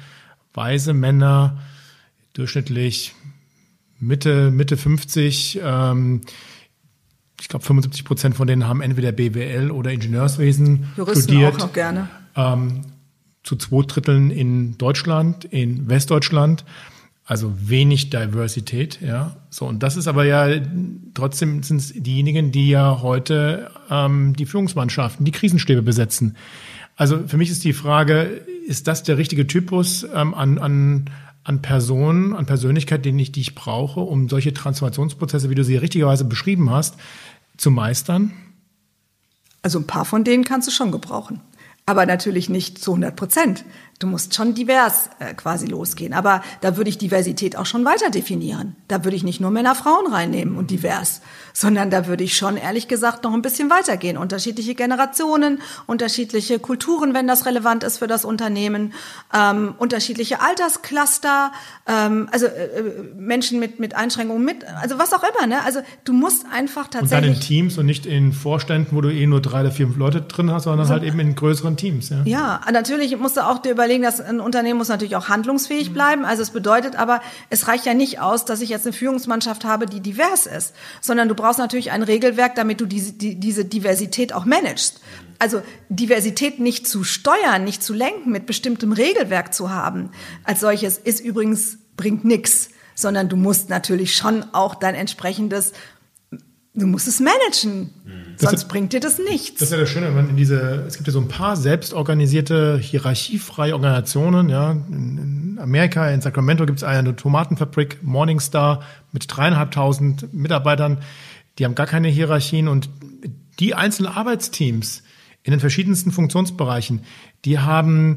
weiße Männer, durchschnittlich Mitte 50. Ich glaube, 75% von denen haben entweder BWL oder Ingenieurswesen Juristen studiert. Auch noch gerne. Zu 2/3 in Deutschland, in Westdeutschland. Also wenig Diversität, ja. So, und das ist aber ja, trotzdem sind es diejenigen, die ja heute die Führungsmannschaften, die Krisenstäbe besetzen. Also für mich ist die Frage, ist das der richtige Typus an Personen, an Persönlichkeit, die ich brauche, um solche Transformationsprozesse, wie du sie richtigerweise beschrieben hast, zu meistern? Also ein paar von denen kannst du schon gebrauchen. Aber natürlich nicht zu 100%. Du musst schon divers quasi losgehen. Aber da würde ich Diversität auch schon weiter definieren. Da würde ich nicht nur Männer, Frauen reinnehmen und divers, sondern da würde ich schon, ehrlich gesagt, noch ein bisschen weitergehen. Unterschiedliche Generationen, unterschiedliche Kulturen, wenn das relevant ist für das Unternehmen, unterschiedliche Alterscluster, Menschen mit Einschränkungen also was auch immer. Ne? Also du musst einfach tatsächlich... Und dann in Teams und nicht in Vorständen, wo du nur 3 oder 4 Leute drin hast, sondern halt eben in größeren Teams. Ja, natürlich musst du auch dir überlegen, dass ein Unternehmen muss natürlich auch handlungsfähig bleiben. Also es bedeutet aber, es reicht ja nicht aus, dass ich jetzt eine Führungsmannschaft habe, die divers ist, sondern du brauchst natürlich ein Regelwerk, damit du diese Diversität auch managst. Also Diversität nicht zu steuern, nicht zu lenken, mit bestimmtem Regelwerk zu haben, als solches ist übrigens, bringt nichts, sondern du musst natürlich schon auch dein entsprechendes, du musst es managen, sonst bringt dir das nichts. Das ist ja das Schöne, wenn es gibt ja so ein paar selbstorganisierte, hierarchiefreie Organisationen, ja. In Amerika, in Sacramento gibt es eine Tomatenfabrik, Morningstar, mit 3.500 Mitarbeitern, die haben gar keine Hierarchien und die einzelnen Arbeitsteams in den verschiedensten Funktionsbereichen, die haben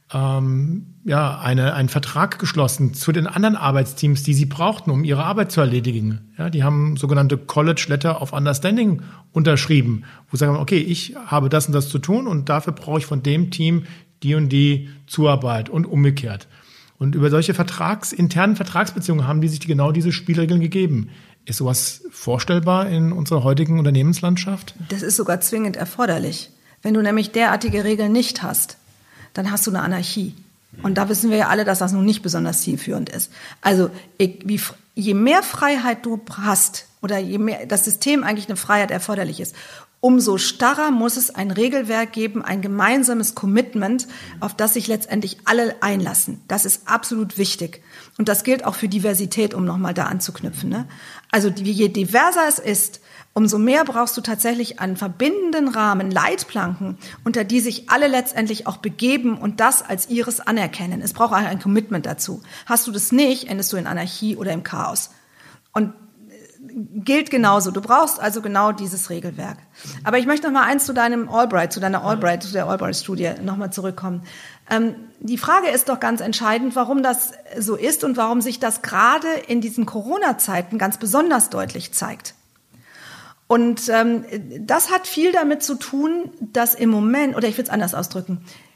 einen Vertrag geschlossen zu den anderen Arbeitsteams, die sie brauchten, um ihre Arbeit zu erledigen. Ja, die haben sogenannte College Letter of Understanding unterschrieben, wo sie sagen, okay, ich habe das und das zu tun und dafür brauche ich von dem Team die und die Zuarbeit und umgekehrt. Und über solche internen Vertragsbeziehungen haben die sich genau diese Spielregeln gegeben. Ist sowas vorstellbar in unserer heutigen Unternehmenslandschaft? Das ist sogar zwingend erforderlich. Wenn du nämlich derartige Regeln nicht hast, dann hast du eine Anarchie. Und da wissen wir ja alle, dass das nun nicht besonders zielführend ist. Also je mehr Freiheit du hast oder je mehr das System eigentlich eine Freiheit erforderlich ist, umso starrer muss es ein Regelwerk geben, ein gemeinsames Commitment, auf das sich letztendlich alle einlassen. Das ist absolut wichtig. Und das gilt auch für Diversität, um nochmal da anzuknüpfen. Ne? Also je diverser es ist, umso mehr brauchst du tatsächlich einen verbindenden Rahmen, Leitplanken, unter die sich alle letztendlich auch begeben und das als ihres anerkennen. Es braucht ein Commitment dazu. Hast du das nicht, endest du in Anarchie oder im Chaos. Und gilt genauso. Du brauchst also genau dieses Regelwerk. Aber ich möchte noch mal eins zu der Albright-Studie noch mal zurückkommen. Die Frage ist doch ganz entscheidend, warum das so ist und warum sich das gerade in diesen Corona-Zeiten ganz besonders deutlich zeigt. Und das hat viel damit zu tun, dass im Moment, oder ich will es anders ausdrücken,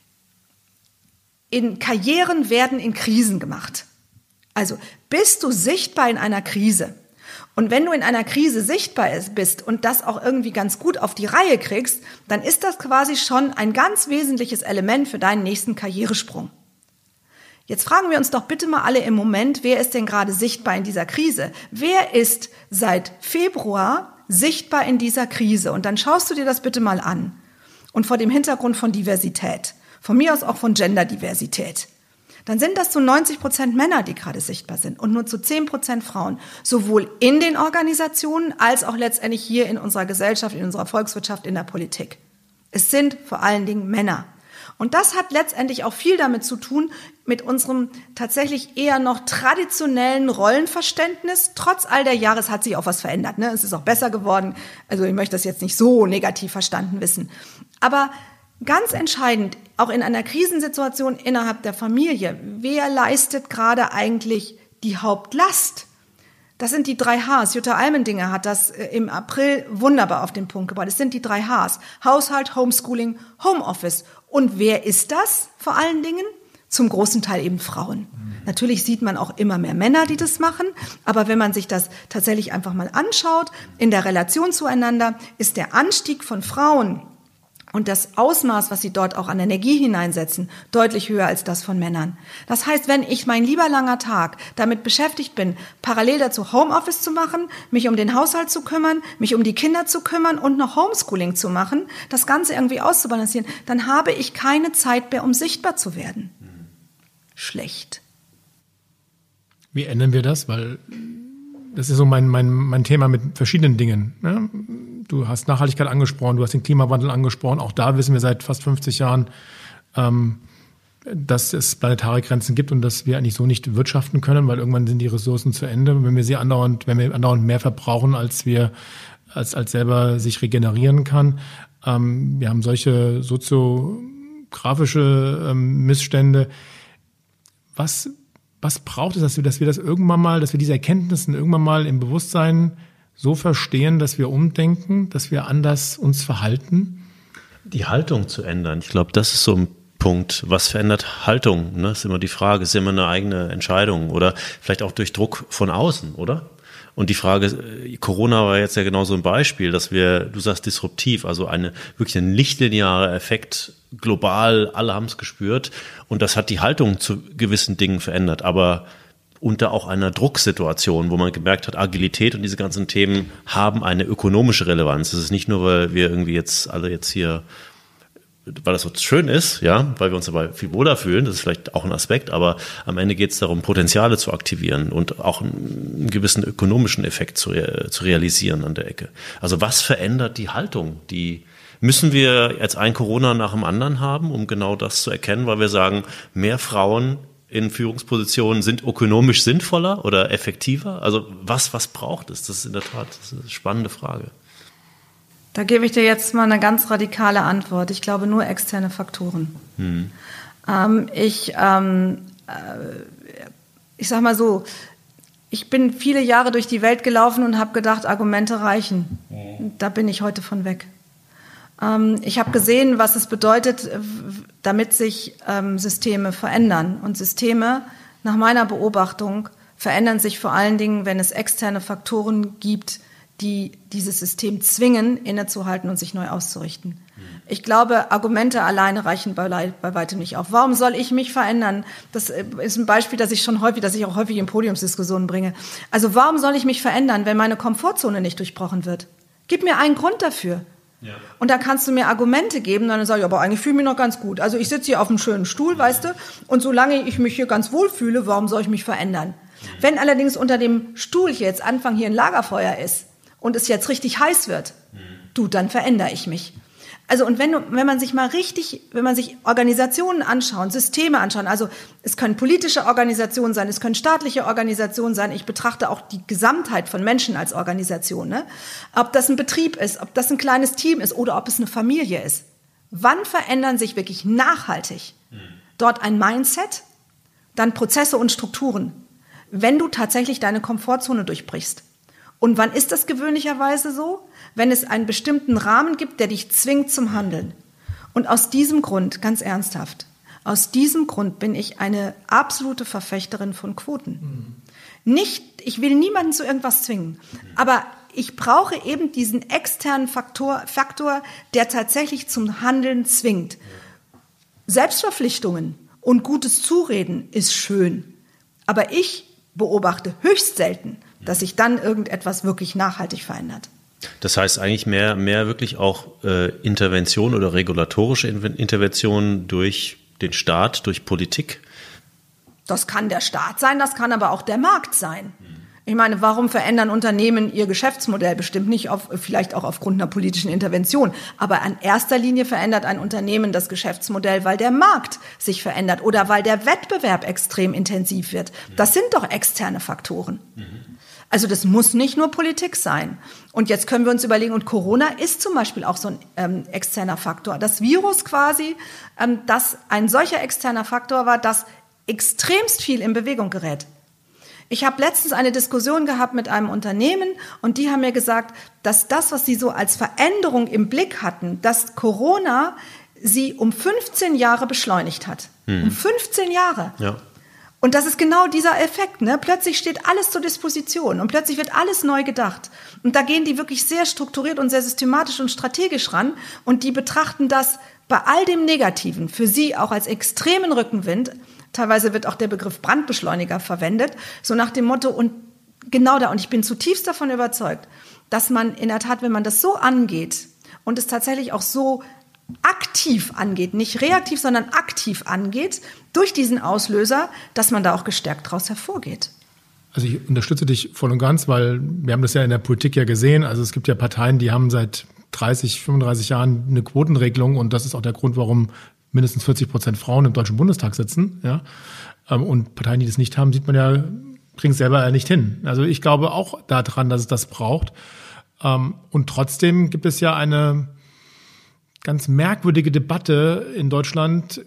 Karrieren werden in Krisen gemacht. Also bist du sichtbar in einer Krise? Und wenn du in einer Krise sichtbar bist und das auch irgendwie ganz gut auf die Reihe kriegst, dann ist das quasi schon ein ganz wesentliches Element für deinen nächsten Karrieresprung. Jetzt fragen wir uns doch bitte mal alle im Moment, wer ist denn gerade sichtbar in dieser Krise? Wer ist seit Februar sichtbar in dieser Krise? Und dann schaust du dir das bitte mal an. Und vor dem Hintergrund von Diversität, von mir aus auch von Genderdiversität, dann sind das zu 90% Männer, die gerade sichtbar sind und nur zu 10% Frauen, sowohl in den Organisationen als auch letztendlich hier in unserer Gesellschaft, in unserer Volkswirtschaft, in der Politik. Es sind vor allen Dingen Männer. Und das hat letztendlich auch viel damit zu tun, mit unserem tatsächlich eher noch traditionellen Rollenverständnis. Trotz all der Jahre, es hat sich auch was verändert, ne? Es ist auch besser geworden. Also ich möchte das jetzt nicht so negativ verstanden wissen. Aber ganz entscheidend, auch in einer Krisensituation innerhalb der Familie, wer leistet gerade eigentlich die Hauptlast? Das sind die 3 Hs. Jutta Almendinger hat das im April wunderbar auf den Punkt gebracht. Es sind die 3 Hs. Haushalt, Homeschooling, Homeoffice. Und wer ist das vor allen Dingen? Zum großen Teil eben Frauen. Natürlich sieht man auch immer mehr Männer, die das machen. Aber wenn man sich das tatsächlich einfach mal anschaut, in der Relation zueinander, ist der Anstieg von Frauen und das Ausmaß, was sie dort auch an Energie hineinsetzen, deutlich höher als das von Männern. Das heißt, wenn ich mein lieber langer Tag damit beschäftigt bin, parallel dazu Homeoffice zu machen, mich um den Haushalt zu kümmern, mich um die Kinder zu kümmern und noch Homeschooling zu machen, das Ganze irgendwie auszubalancieren, dann habe ich keine Zeit mehr, um sichtbar zu werden. Schlecht. Wie ändern wir das? Weil das ist so mein Thema mit verschiedenen Dingen. Ne? Du hast Nachhaltigkeit angesprochen, du hast den Klimawandel angesprochen. Auch da wissen wir seit fast 50 Jahren, dass es planetare Grenzen gibt und dass wir eigentlich so nicht wirtschaften können, weil irgendwann sind die Ressourcen zu Ende. Wenn wir andauernd mehr verbrauchen, als selber sich regenerieren kann. Wir haben solche soziografische Missstände. Was braucht es, dass wir das irgendwann mal, dass wir diese Erkenntnisse irgendwann mal im Bewusstsein so verstehen, dass wir umdenken, dass wir anders uns verhalten? Die Haltung zu ändern. Ich glaube, das ist so ein Punkt. Was verändert Haltung? Ne? Ist immer die Frage, ist immer eine eigene Entscheidung oder vielleicht auch durch Druck von außen, oder? Und die Frage, Corona war jetzt ja genau so ein Beispiel, dass du sagst disruptiv, also wirklich ein nichtlinearer Effekt, global, alle haben es gespürt und das hat die Haltung zu gewissen Dingen verändert, aber unter auch einer Drucksituation, wo man gemerkt hat, Agilität und diese ganzen Themen haben eine ökonomische Relevanz. Das ist nicht nur, weil wir irgendwie jetzt alle jetzt hier, weil das so schön ist, ja, weil wir uns dabei viel wohler fühlen, das ist vielleicht auch ein Aspekt, aber am Ende geht es darum, Potenziale zu aktivieren und auch einen gewissen ökonomischen Effekt zu realisieren an der Ecke. Also was verändert die Haltung? Müssen wir jetzt ein Corona nach dem anderen haben, um genau das zu erkennen, weil wir sagen, mehr Frauen in Führungspositionen sind ökonomisch sinnvoller oder effektiver? Also was braucht es? Das ist in der Tat eine spannende Frage. Da gebe ich dir jetzt mal eine ganz radikale Antwort. Ich glaube nur externe Faktoren. Ich sag mal so, ich bin viele Jahre durch die Welt gelaufen und habe gedacht, Argumente reichen. Da bin ich heute von weg. Ich habe gesehen, was es bedeutet, damit sich Systeme verändern. Und Systeme, nach meiner Beobachtung, verändern sich vor allen Dingen, wenn es externe Faktoren gibt, die dieses System zwingen, innezuhalten und sich neu auszurichten. Ich glaube, Argumente alleine reichen bei weitem nicht auf. Warum soll ich mich verändern? Das ist ein Beispiel, das ich auch häufig in Podiumsdiskussionen bringe. Also warum soll ich mich verändern, wenn meine Komfortzone nicht durchbrochen wird? Gib mir einen Grund dafür. Ja. Und dann kannst du mir Argumente geben, dann sage ich, aber eigentlich fühle ich mich noch ganz gut. Also ich sitze hier auf einem schönen Stuhl, weißt du, und solange ich mich hier ganz wohl fühle, warum soll ich mich verändern? Wenn allerdings unter dem Stuhl hier jetzt Anfang hier ein Lagerfeuer ist und es jetzt richtig heiß wird, dann verändere ich mich. Also und wenn man sich Organisationen anschaut, Systeme anschaut, also es können politische Organisationen sein, es können staatliche Organisationen sein, ich betrachte auch die Gesamtheit von Menschen als Organisation, ne? Ob das ein Betrieb ist, ob das ein kleines Team ist oder ob es eine Familie ist. Wann verändern sich wirklich nachhaltig dort ein Mindset, dann Prozesse und Strukturen, wenn du tatsächlich deine Komfortzone durchbrichst? Und wann ist das gewöhnlicherweise so? Wenn es einen bestimmten Rahmen gibt, der dich zwingt zum Handeln. Und aus diesem Grund, ganz ernsthaft, aus diesem Grund bin ich eine absolute Verfechterin von Quoten. Ich will niemanden zu irgendwas zwingen, aber ich brauche eben diesen externen Faktor, der tatsächlich zum Handeln zwingt. Selbstverpflichtungen und gutes Zureden ist schön, aber ich beobachte höchst selten, dass sich dann irgendetwas wirklich nachhaltig verändert. Das heißt eigentlich mehr wirklich auch Intervention oder regulatorische Intervention durch den Staat, durch Politik? Das kann der Staat sein, das kann aber auch der Markt sein. Ich meine, warum verändern Unternehmen ihr Geschäftsmodell? Bestimmt nicht, vielleicht auch aufgrund einer politischen Intervention. Aber in erster Linie verändert ein Unternehmen das Geschäftsmodell, weil der Markt sich verändert oder weil der Wettbewerb extrem intensiv wird. Das sind doch externe Faktoren. Also das muss nicht nur Politik sein. Und jetzt können wir uns überlegen, und Corona ist zum Beispiel auch so ein externer Faktor. Das Virus quasi, das ein solcher externer Faktor war, das extremst viel in Bewegung gerät. Ich habe letztens eine Diskussion gehabt mit einem Unternehmen und die haben mir gesagt, dass das, was sie so als Veränderung im Blick hatten, dass Corona sie um 15 Jahre beschleunigt hat. Um 15 Jahre. Ja. Und das ist genau dieser Effekt, ne? Plötzlich steht alles zur Disposition und plötzlich wird alles neu gedacht. Und da gehen die wirklich sehr strukturiert und sehr systematisch und strategisch ran und die betrachten das bei all dem Negativen für sie auch als extremen Rückenwind. Teilweise wird auch der Begriff Brandbeschleuniger verwendet, so nach dem Motto, und genau da, und ich bin zutiefst davon überzeugt, dass man in der Tat, wenn man das so angeht und es tatsächlich auch so aktiv angeht, nicht reaktiv, sondern aktiv angeht, durch diesen Auslöser, dass man da auch gestärkt daraus hervorgeht. Also ich unterstütze dich voll und ganz, weil wir haben das ja in der Politik ja gesehen. Also es gibt ja Parteien, die haben seit 30, 35 Jahren eine Quotenregelung und das ist auch der Grund, warum mindestens 40% Frauen im Deutschen Bundestag sitzen. Ja? Und Parteien, die das nicht haben, sieht man ja, kriegen es selber ja nicht hin. Also ich glaube auch daran, dass es das braucht. Und trotzdem gibt es ja eine ganz merkwürdige Debatte in Deutschland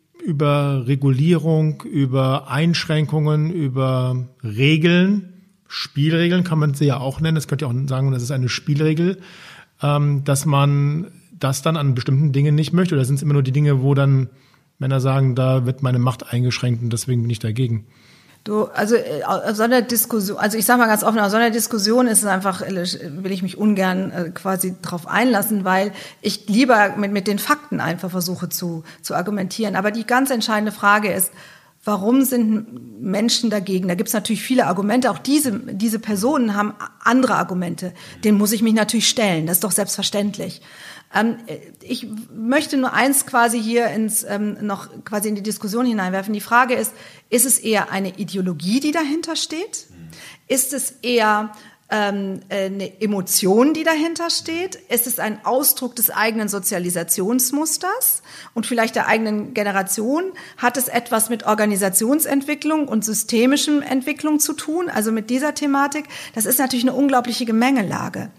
über Regulierung, über Einschränkungen, über Regeln. Spielregeln kann man sie ja auch nennen. Das könnte ja auch sagen, das ist eine Spielregel, dass man das dann an bestimmten Dingen nicht möchte. Oder sind es immer nur die Dinge, wo dann Männer sagen, da wird meine Macht eingeschränkt und deswegen bin ich dagegen? Also aus so einer Diskussion, also ich sage mal ganz offen, aus so einer Diskussion ist es einfach, will ich mich ungern quasi drauf einlassen, weil ich lieber mit den Fakten einfach versuche zu argumentieren. Aber die ganz entscheidende Frage ist, warum sind Menschen dagegen? Da gibt es natürlich viele Argumente. Auch diese Personen haben andere Argumente. Denen muss ich mich natürlich stellen. Das ist doch selbstverständlich. Ich möchte nur eins quasi hier noch quasi in die Diskussion hineinwerfen. Die Frage ist es eher eine Ideologie, die dahinter steht? Ist es eher eine Emotion, die dahinter steht? Ist es ein Ausdruck des eigenen Sozialisationsmusters und vielleicht der eigenen Generation? Hat es etwas mit Organisationsentwicklung und systemischem Entwicklung zu tun, also mit dieser Thematik? Das ist natürlich eine unglaubliche Gemengelage.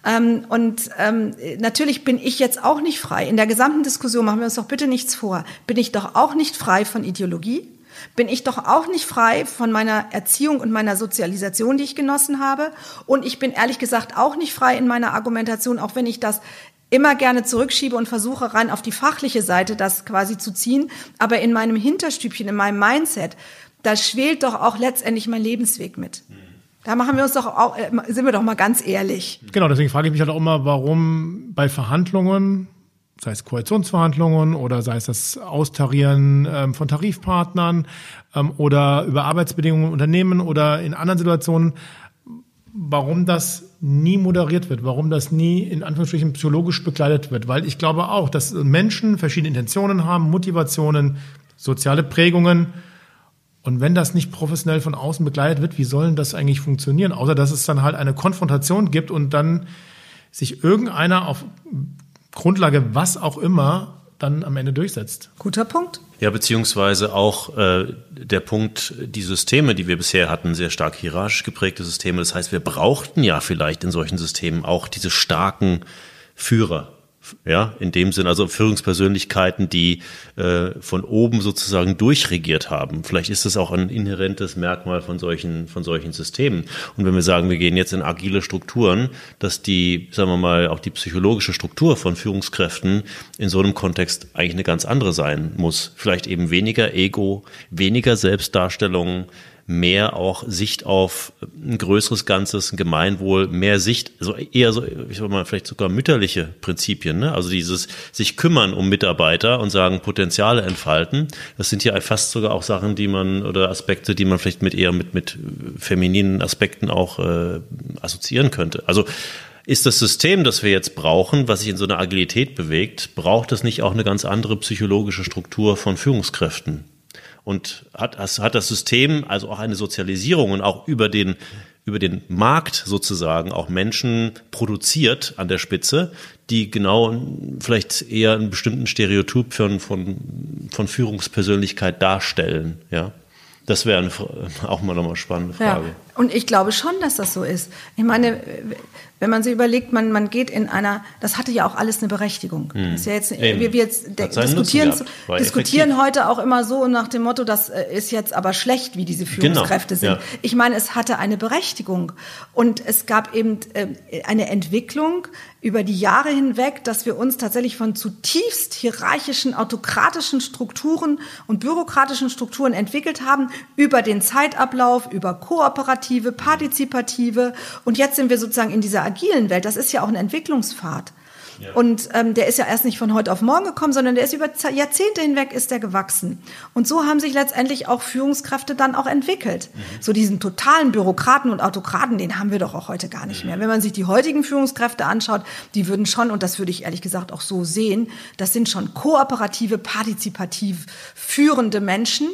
Natürlich bin ich jetzt auch nicht frei. In der gesamten Diskussion, machen wir uns doch bitte nichts vor, bin ich doch auch nicht frei von Ideologie? Bin ich doch auch nicht frei von meiner Erziehung und meiner Sozialisation, die ich genossen habe. Und ich bin ehrlich gesagt auch nicht frei in meiner Argumentation, auch wenn ich das immer gerne zurückschiebe und versuche rein auf die fachliche Seite das quasi zu ziehen. Aber in meinem Hinterstübchen, in meinem Mindset, da schwelt doch auch letztendlich mein Lebensweg mit. Da sind wir doch mal ganz ehrlich. Genau, deswegen frage ich mich halt auch immer, warum bei Verhandlungen, sei es Koalitionsverhandlungen oder sei es das Austarieren von Tarifpartnern oder über Arbeitsbedingungen in Unternehmen oder in anderen Situationen, warum das nie moderiert wird, warum das nie in Anführungsstrichen psychologisch begleitet wird. Weil ich glaube auch, dass Menschen verschiedene Intentionen haben, Motivationen, soziale Prägungen. Und wenn das nicht professionell von außen begleitet wird, wie soll das eigentlich funktionieren? Außer dass es dann halt eine Konfrontation gibt und dann sich irgendeiner auf Grundlage, was auch immer, dann am Ende durchsetzt. Guter Punkt. Ja, beziehungsweise auch der Punkt, die Systeme, die wir bisher hatten, sehr stark hierarchisch geprägte Systeme. Das heißt, wir brauchten ja vielleicht in solchen Systemen auch diese starken Führer. Ja, in dem Sinn, also Führungspersönlichkeiten, die von oben sozusagen durchregiert haben. Vielleicht ist das auch ein inhärentes Merkmal von solchen Systemen. Und wenn wir sagen, wir gehen jetzt in agile Strukturen, dass sagen wir mal, auch die psychologische Struktur von Führungskräften in so einem Kontext eigentlich eine ganz andere sein muss. Vielleicht eben weniger Ego, weniger Selbstdarstellung, mehr auch Sicht auf ein größeres Ganzes, ein Gemeinwohl, mehr Sicht, also eher so, ich sag mal, vielleicht sogar mütterliche Prinzipien, ne? Also dieses sich kümmern um Mitarbeiter und sagen, Potenziale entfalten, das sind ja fast sogar auch Sachen, oder Aspekte, die man vielleicht eher mit femininen Aspekten auch assoziieren könnte. Also ist das System, das wir jetzt brauchen, was sich in so einer Agilität bewegt, braucht es nicht auch eine ganz andere psychologische Struktur von Führungskräften? Und hat das System also auch eine Sozialisierung und auch über den Markt sozusagen auch Menschen produziert an der Spitze, die genau vielleicht eher einen bestimmten Stereotyp von Führungspersönlichkeit darstellen, ja? Das wäre auch mal nochmal eine spannende Frage. Ja. Und ich glaube schon, dass das so ist. Ich meine, wenn man sich überlegt, man geht in einer, das hatte ja auch alles eine Berechtigung. Das ist ja jetzt, wir jetzt diskutieren heute auch immer so nach dem Motto, das ist jetzt aber schlecht, wie diese Führungskräfte sind. Ja. Ich meine, es hatte eine Berechtigung. Und es gab eben eine Entwicklung über die Jahre hinweg, dass wir uns tatsächlich von zutiefst hierarchischen, autokratischen Strukturen und bürokratischen Strukturen entwickelt haben, über den Zeitablauf, über kooperative, partizipative. Und jetzt sind wir sozusagen in dieser agilen Welt. Das ist ja auch ein Entwicklungspfad. Ja. Und der ist ja erst nicht von heute auf morgen gekommen, sondern der ist über Jahrzehnte hinweg ist der gewachsen. Und so haben sich letztendlich auch Führungskräfte dann auch entwickelt. So diesen totalen Bürokraten und Autokraten, den haben wir doch auch heute gar nicht mehr. Wenn man sich die heutigen Führungskräfte anschaut, die würden schon, und das würde ich ehrlich gesagt auch so sehen, das sind schon kooperative, partizipativ führende Menschen,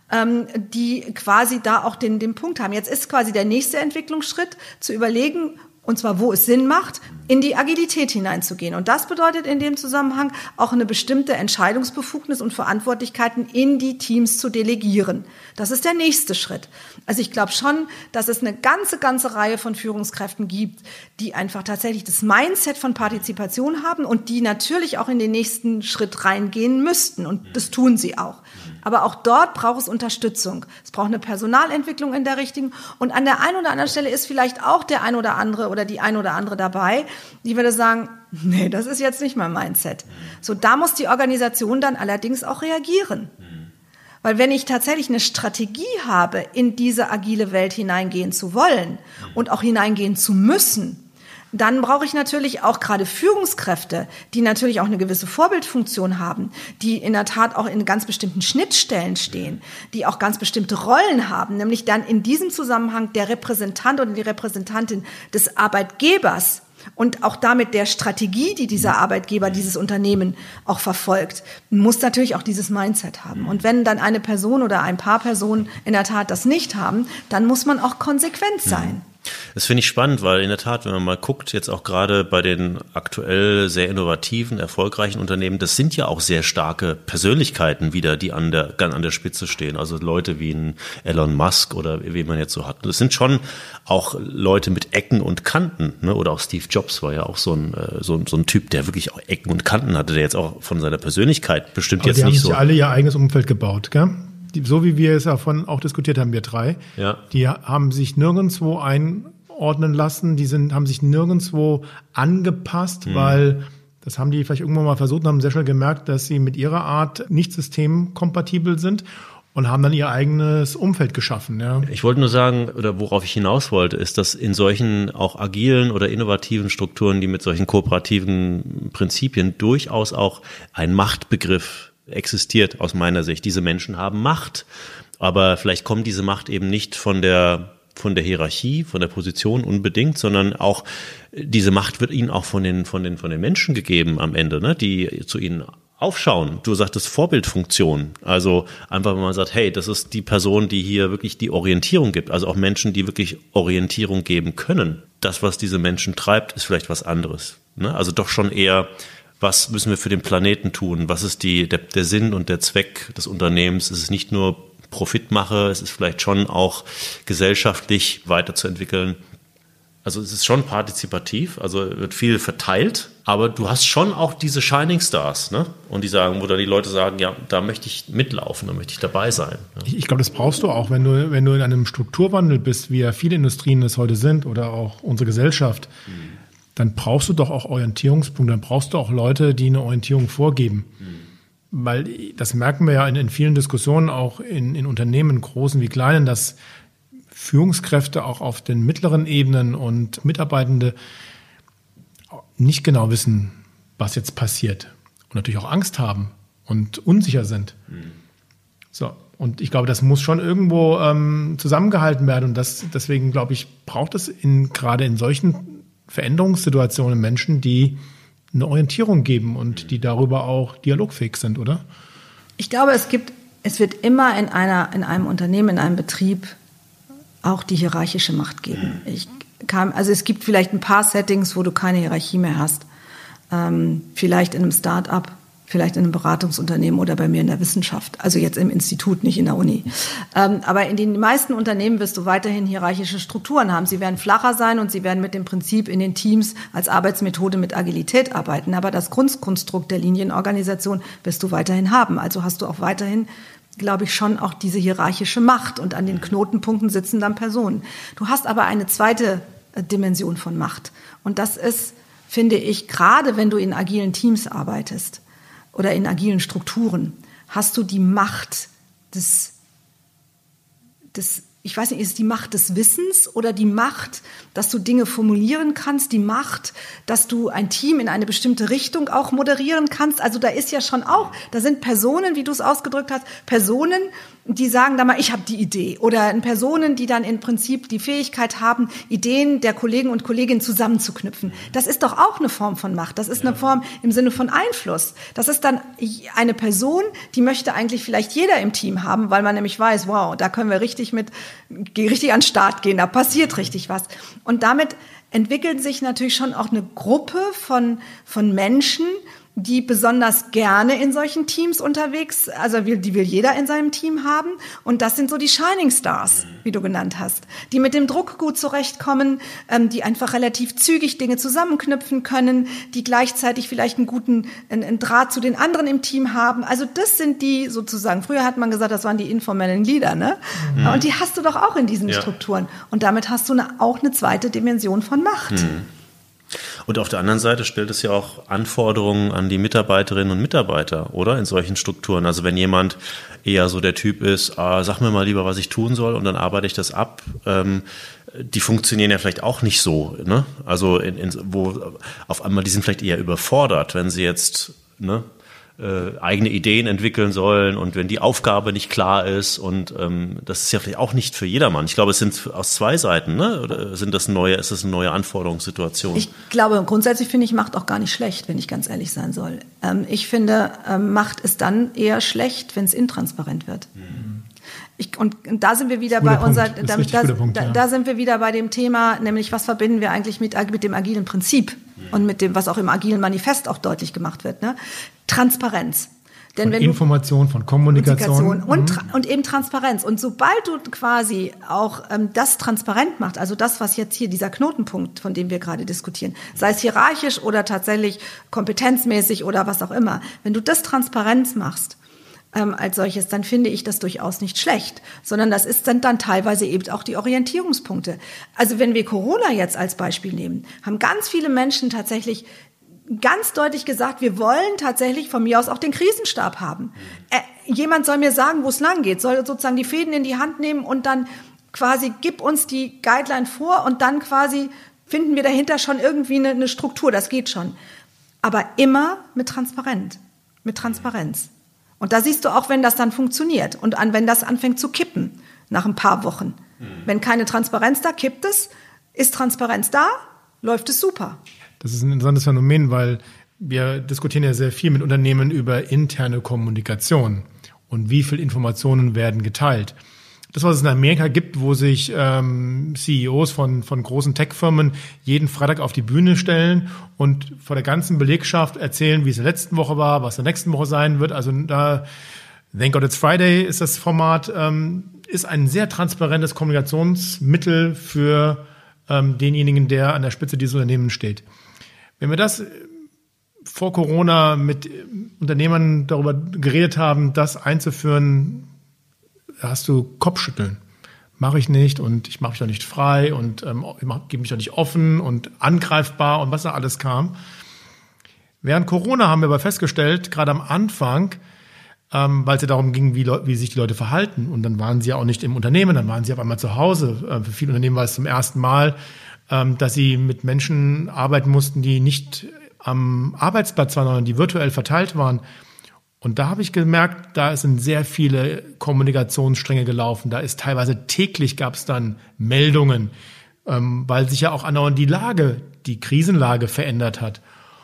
die quasi da auch den Punkt haben. Jetzt ist quasi der nächste Entwicklungsschritt, zu überlegen, und zwar, wo es Sinn macht, in die Agilität hineinzugehen. Und das bedeutet in dem Zusammenhang auch eine bestimmte Entscheidungsbefugnis und Verantwortlichkeiten in die Teams zu delegieren. Das ist der nächste Schritt. Also ich glaube schon, dass es eine ganze Reihe von Führungskräften gibt, die einfach tatsächlich das Mindset von Partizipation haben und die natürlich auch in den nächsten Schritt reingehen müssten. Und das tun sie auch. Aber auch dort braucht es Unterstützung. Es braucht eine Personalentwicklung in der richtigen. Und an der einen oder anderen Stelle ist vielleicht auch der ein oder andere oder die ein oder andere dabei, die würde sagen, nee, das ist jetzt nicht mein Mindset. So, da muss die Organisation dann allerdings auch reagieren. Weil wenn ich tatsächlich eine Strategie habe, in diese agile Welt hineingehen zu wollen und auch hineingehen zu müssen, dann brauche ich natürlich auch gerade Führungskräfte, die natürlich auch eine gewisse Vorbildfunktion haben, die in der Tat auch in ganz bestimmten Schnittstellen stehen, die auch ganz bestimmte Rollen haben, nämlich dann in diesem Zusammenhang der Repräsentant oder die Repräsentantin des Arbeitgebers und auch damit der Strategie, die dieser Arbeitgeber, dieses Unternehmen auch verfolgt, muss natürlich auch dieses Mindset haben. Und wenn dann eine Person oder ein paar Personen in der Tat das nicht haben, dann muss man auch konsequent sein. Das finde ich spannend, weil in der Tat, wenn man mal guckt, jetzt auch gerade bei den aktuell sehr innovativen, erfolgreichen Unternehmen, das sind ja auch sehr starke Persönlichkeiten wieder, die an der Spitze stehen. Also Leute wie ein Elon Musk oder wie man jetzt so hat. Das sind schon auch Leute mit Ecken und Kanten, ne? Oder auch Steve Jobs war ja auch so ein Typ, der wirklich auch Ecken und Kanten hatte, der jetzt auch von seiner Persönlichkeit bestimmt aber jetzt nicht so. Die haben sich alle ihr eigenes Umfeld gebaut, gell? So wie wir es davon auch diskutiert haben, wir drei, die haben sich nirgendwo einordnen lassen, haben sich nirgendwo angepasst, weil, das haben die vielleicht irgendwann mal versucht und haben sehr schnell gemerkt, dass sie mit ihrer Art nicht systemkompatibel sind und haben dann ihr eigenes Umfeld geschaffen. Ja. Ich wollte nur sagen, oder worauf ich hinaus wollte, ist, dass in solchen auch agilen oder innovativen Strukturen, die mit solchen kooperativen Prinzipien durchaus auch ein Machtbegriff existiert aus meiner Sicht. Diese Menschen haben Macht, aber vielleicht kommt diese Macht eben nicht von der Hierarchie, von der Position unbedingt, sondern auch diese Macht wird ihnen auch von den Menschen gegeben am Ende, ne, die zu ihnen aufschauen. Du sagtest Vorbildfunktion. Also einfach, wenn man sagt, hey, das ist die Person, die hier wirklich die Orientierung gibt. Also auch Menschen, die wirklich Orientierung geben können. Das, was diese Menschen treibt, ist vielleicht was anderes. Ne? Also doch schon eher, was müssen wir für den Planeten tun? Was ist der Sinn und der Zweck des Unternehmens? Es ist nicht nur Profitmache, es ist vielleicht schon auch gesellschaftlich weiterzuentwickeln. Also es ist schon partizipativ, also wird viel verteilt, aber du hast schon auch diese Shining Stars, ne? Und die sagen, wo dann die Leute sagen, ja, da möchte ich mitlaufen, da möchte ich dabei sein. Ja. Ich glaube, das brauchst du auch, wenn du in einem Strukturwandel bist, wie ja viele Industrien es heute sind oder auch unsere Gesellschaft. Dann brauchst du doch auch Orientierungspunkte, dann brauchst du auch Leute, die eine Orientierung vorgeben. Weil das merken wir ja in vielen Diskussionen, auch in Unternehmen, großen wie kleinen, dass Führungskräfte auch auf den mittleren Ebenen und Mitarbeitende nicht genau wissen, was jetzt passiert. Und natürlich auch Angst haben und unsicher sind. So, und ich glaube, das muss schon irgendwo zusammengehalten werden. Und deswegen, glaube ich, braucht es gerade in solchen Veränderungssituationen Menschen, die eine Orientierung geben und die darüber auch dialogfähig sind, oder? Ich glaube, es wird immer in einem Unternehmen, in einem Betrieb auch die hierarchische Macht geben. Es gibt vielleicht ein paar Settings, wo du keine Hierarchie mehr hast. Vielleicht in einem Start-up, Vielleicht in einem Beratungsunternehmen oder bei mir in der Wissenschaft. Also jetzt im Institut, nicht in der Uni. Aber in den meisten Unternehmen wirst du weiterhin hierarchische Strukturen haben. Sie werden flacher sein und sie werden mit dem Prinzip in den Teams als Arbeitsmethode mit Agilität arbeiten. Aber das Grundkonstrukt der Linienorganisation wirst du weiterhin haben. Also hast du auch weiterhin, glaube ich, schon auch diese hierarchische Macht. Und an den Knotenpunkten sitzen dann Personen. Du hast aber eine zweite Dimension von Macht. Und das ist, finde ich, gerade wenn du in agilen Teams arbeitest, oder in agilen Strukturen, hast du die Macht des ich weiß nicht, ist es die Macht des Wissens oder die Macht, dass du Dinge formulieren kannst, die Macht, dass du ein Team in eine bestimmte Richtung auch moderieren kannst. Also da ist ja schon auch, da sind Personen, wie du es ausgedrückt hast, Personen, die sagen da mal, ich habe die Idee. Oder Personen, die dann im Prinzip die Fähigkeit haben, Ideen der Kollegen und Kolleginnen zusammenzuknüpfen. Das ist doch auch eine Form von Macht. Das ist eine Form im Sinne von Einfluss. Das ist dann eine Person, die möchte eigentlich vielleicht jeder im Team haben, weil man nämlich weiß, wow, da können wir richtig an den Start gehen, da passiert richtig was. Und damit entwickelt sich natürlich schon auch eine Gruppe von Menschen, die besonders gerne in solchen Teams unterwegs, also die will jeder in seinem Team haben. Und das sind so die Shining Stars, wie du genannt hast, die mit dem Druck gut zurechtkommen, die einfach relativ zügig Dinge zusammenknüpfen können, die gleichzeitig vielleicht einen Draht zu den anderen im Team haben. Also das sind die sozusagen, früher hat man gesagt, das waren die informellen Leader, ne? Mhm. Und die hast du doch auch in diesen Strukturen. Und damit hast du auch eine zweite Dimension von Macht. Mhm. Und auf der anderen Seite stellt es ja auch Anforderungen an die Mitarbeiterinnen und Mitarbeiter, oder? In solchen Strukturen. Also wenn jemand eher so der Typ ist, sag mir mal lieber, was ich tun soll und dann arbeite ich das ab, die funktionieren ja vielleicht auch nicht so, ne? Also wo auf einmal, die sind vielleicht eher überfordert, wenn sie jetzt, ne, eigene Ideen entwickeln sollen und wenn die Aufgabe nicht klar ist und das ist ja vielleicht auch nicht für jedermann. Ich glaube, es sind aus zwei Seiten, ne? Oder ist das eine neue Anforderungssituation? Ich glaube, grundsätzlich finde ich Macht auch gar nicht schlecht, wenn ich ganz ehrlich sein soll. Ich finde, Macht ist dann eher schlecht, wenn es intransparent wird. Und da sind wir wieder da sind wir wieder bei dem Thema, nämlich was verbinden wir eigentlich mit dem agilen Prinzip und mit dem, was auch im agilen Manifest auch deutlich gemacht wird, ne? Transparenz. Denn von Information, von Kommunikation. Und eben Transparenz. Und sobald du quasi auch das transparent machst, also das, was jetzt hier dieser Knotenpunkt, von dem wir gerade diskutieren, sei es hierarchisch oder tatsächlich kompetenzmäßig oder was auch immer, wenn du das Transparenz machst, als solches, dann finde ich das durchaus nicht schlecht, sondern das sind dann teilweise eben auch die Orientierungspunkte. Also wenn wir Corona jetzt als Beispiel nehmen, haben ganz viele Menschen tatsächlich ganz deutlich gesagt, wir wollen tatsächlich von mir aus auch den Krisenstab haben. Jemand soll mir sagen, wo es lang geht, soll sozusagen die Fäden in die Hand nehmen und dann quasi gib uns die Guideline vor und dann quasi finden wir dahinter schon irgendwie eine Struktur, das geht schon. Aber immer mit Transparenz. Und da siehst du auch, wenn das dann funktioniert und wenn das anfängt zu kippen nach ein paar Wochen. Wenn keine Transparenz da, kippt es. Ist Transparenz da, läuft es super. Das ist ein interessantes Phänomen, weil wir diskutieren ja sehr viel mit Unternehmen über interne Kommunikation und wie viel Informationen werden geteilt. Das, was es in Amerika gibt, wo sich CEOs von großen Tech-Firmen jeden Freitag auf die Bühne stellen und vor der ganzen Belegschaft erzählen, wie es in der letzten Woche war, was in der nächsten Woche sein wird. Also da, Thank God It's Friday ist das Format, ist ein sehr transparentes Kommunikationsmittel für denjenigen, der an der Spitze dieses Unternehmens steht. Wenn wir das vor Corona mit Unternehmern darüber geredet haben, das einzuführen, hast du Kopfschütteln. Mache ich nicht und ich mache mich doch nicht frei und gebe mich doch nicht offen und angreifbar und was da alles kam. Während Corona haben wir aber festgestellt, gerade am Anfang, weil es ja darum ging, wie sich die Leute verhalten. Und dann waren sie ja auch nicht im Unternehmen, dann waren sie auf einmal zu Hause. Für viele Unternehmen war es zum ersten Mal, dass sie mit Menschen arbeiten mussten, die nicht am Arbeitsplatz waren, sondern die virtuell verteilt waren. Und da habe ich gemerkt, da sind sehr viele Kommunikationsstränge gelaufen. Da ist teilweise täglich gab es dann Meldungen, weil sich ja auch andauernd die Krisenlage verändert hat.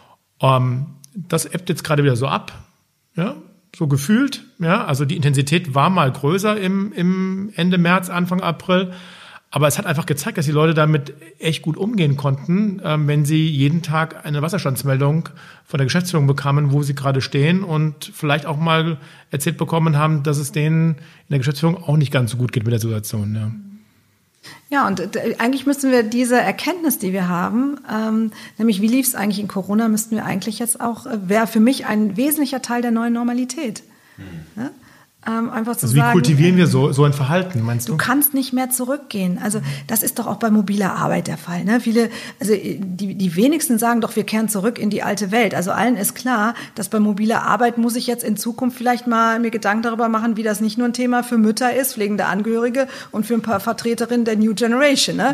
Das ebbt jetzt gerade wieder so ab, ja, so gefühlt. Ja, also die Intensität war mal größer im Ende März, Anfang April. Aber es hat einfach gezeigt, dass die Leute damit echt gut umgehen konnten, wenn sie jeden Tag eine Wasserstandsmeldung von der Geschäftsführung bekamen, wo sie gerade stehen und vielleicht auch mal erzählt bekommen haben, dass es denen in der Geschäftsführung auch nicht ganz so gut geht mit der Situation. Ja. Ja, und eigentlich müssen wir diese Erkenntnis, die wir haben, nämlich wie lief es eigentlich in Corona, müssten wir eigentlich jetzt auch, wäre für mich ein wesentlicher Teil der neuen Normalität. Ja? Einfach zu also wie sagen, kultivieren wir so ein Verhalten, meinst du? Du kannst nicht mehr zurückgehen. Also das ist doch auch bei mobiler Arbeit der Fall. Ne? Die wenigsten sagen doch, wir kehren zurück in die alte Welt. Also allen ist klar, dass bei mobiler Arbeit muss ich jetzt in Zukunft vielleicht mal mir Gedanken darüber machen, wie das nicht nur ein Thema für Mütter ist, pflegende Angehörige und für ein paar Vertreterinnen der New Generation. Ne?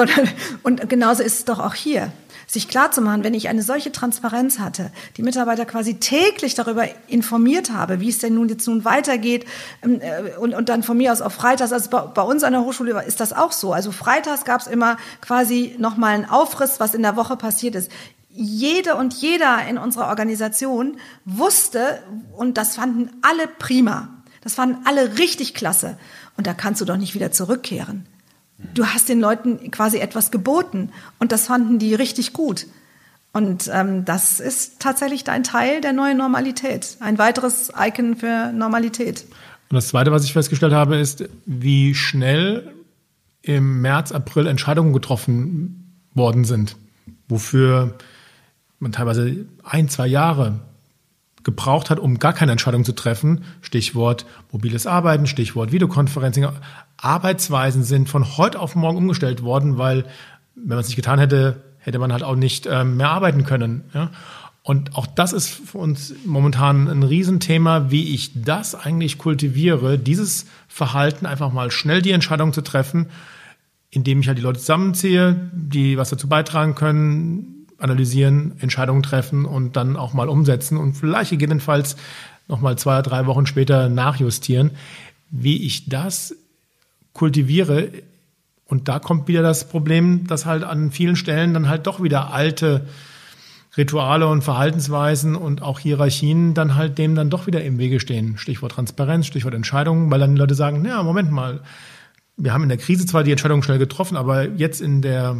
Und genauso ist es doch auch hier. Sich klarzumachen, wenn ich eine solche Transparenz hatte, die Mitarbeiter quasi täglich darüber informiert habe, wie es denn nun weitergeht und dann von mir aus auf Freitags, also bei uns an der Hochschule ist das auch so. Also freitags gab es immer quasi nochmal einen Aufriss, was in der Woche passiert ist. Jede und jeder in unserer Organisation wusste, und das fanden alle prima, das fanden alle richtig klasse. Und da kannst du doch nicht wieder zurückkehren. Du hast den Leuten quasi etwas geboten und das fanden die richtig gut. Und das ist tatsächlich ein Teil der neuen Normalität. Ein weiteres Icon für Normalität. Und das Zweite, was ich festgestellt habe, ist, wie schnell im März, April Entscheidungen getroffen worden sind, wofür man teilweise 1-2 Jahre gebraucht hat, um gar keine Entscheidung zu treffen. Stichwort mobiles Arbeiten, Stichwort Videoconferencing. Arbeitsweisen sind von heute auf morgen umgestellt worden, weil, wenn man es nicht getan hätte, hätte man halt auch nicht mehr arbeiten können. Ja? Und auch das ist für uns momentan ein Riesenthema, wie ich das eigentlich kultiviere, dieses Verhalten, einfach mal schnell die Entscheidung zu treffen, indem ich halt die Leute zusammenziehe, die was dazu beitragen können, analysieren, Entscheidungen treffen und dann auch mal umsetzen und vielleicht gegebenenfalls noch mal 2 oder 3 Wochen später nachjustieren, wie ich das kultiviere. Und da kommt wieder das Problem, dass halt an vielen Stellen dann halt doch wieder alte Rituale und Verhaltensweisen und auch Hierarchien dann halt dem dann doch wieder im Wege stehen. Stichwort Transparenz, Stichwort Entscheidungen, weil dann die Leute sagen, ja, Moment mal, wir haben in der Krise zwar die Entscheidung schnell getroffen, aber jetzt in der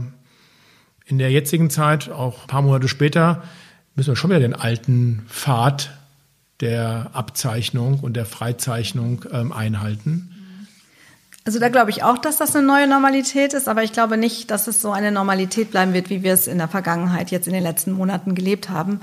jetzigen Zeit, auch ein paar Monate später, müssen wir schon wieder den alten Pfad der Abzeichnung und der Freizeichnung einhalten. Also da glaube ich auch, dass das eine neue Normalität ist, aber ich glaube nicht, dass es so eine Normalität bleiben wird, wie wir es in der Vergangenheit jetzt in den letzten Monaten gelebt haben.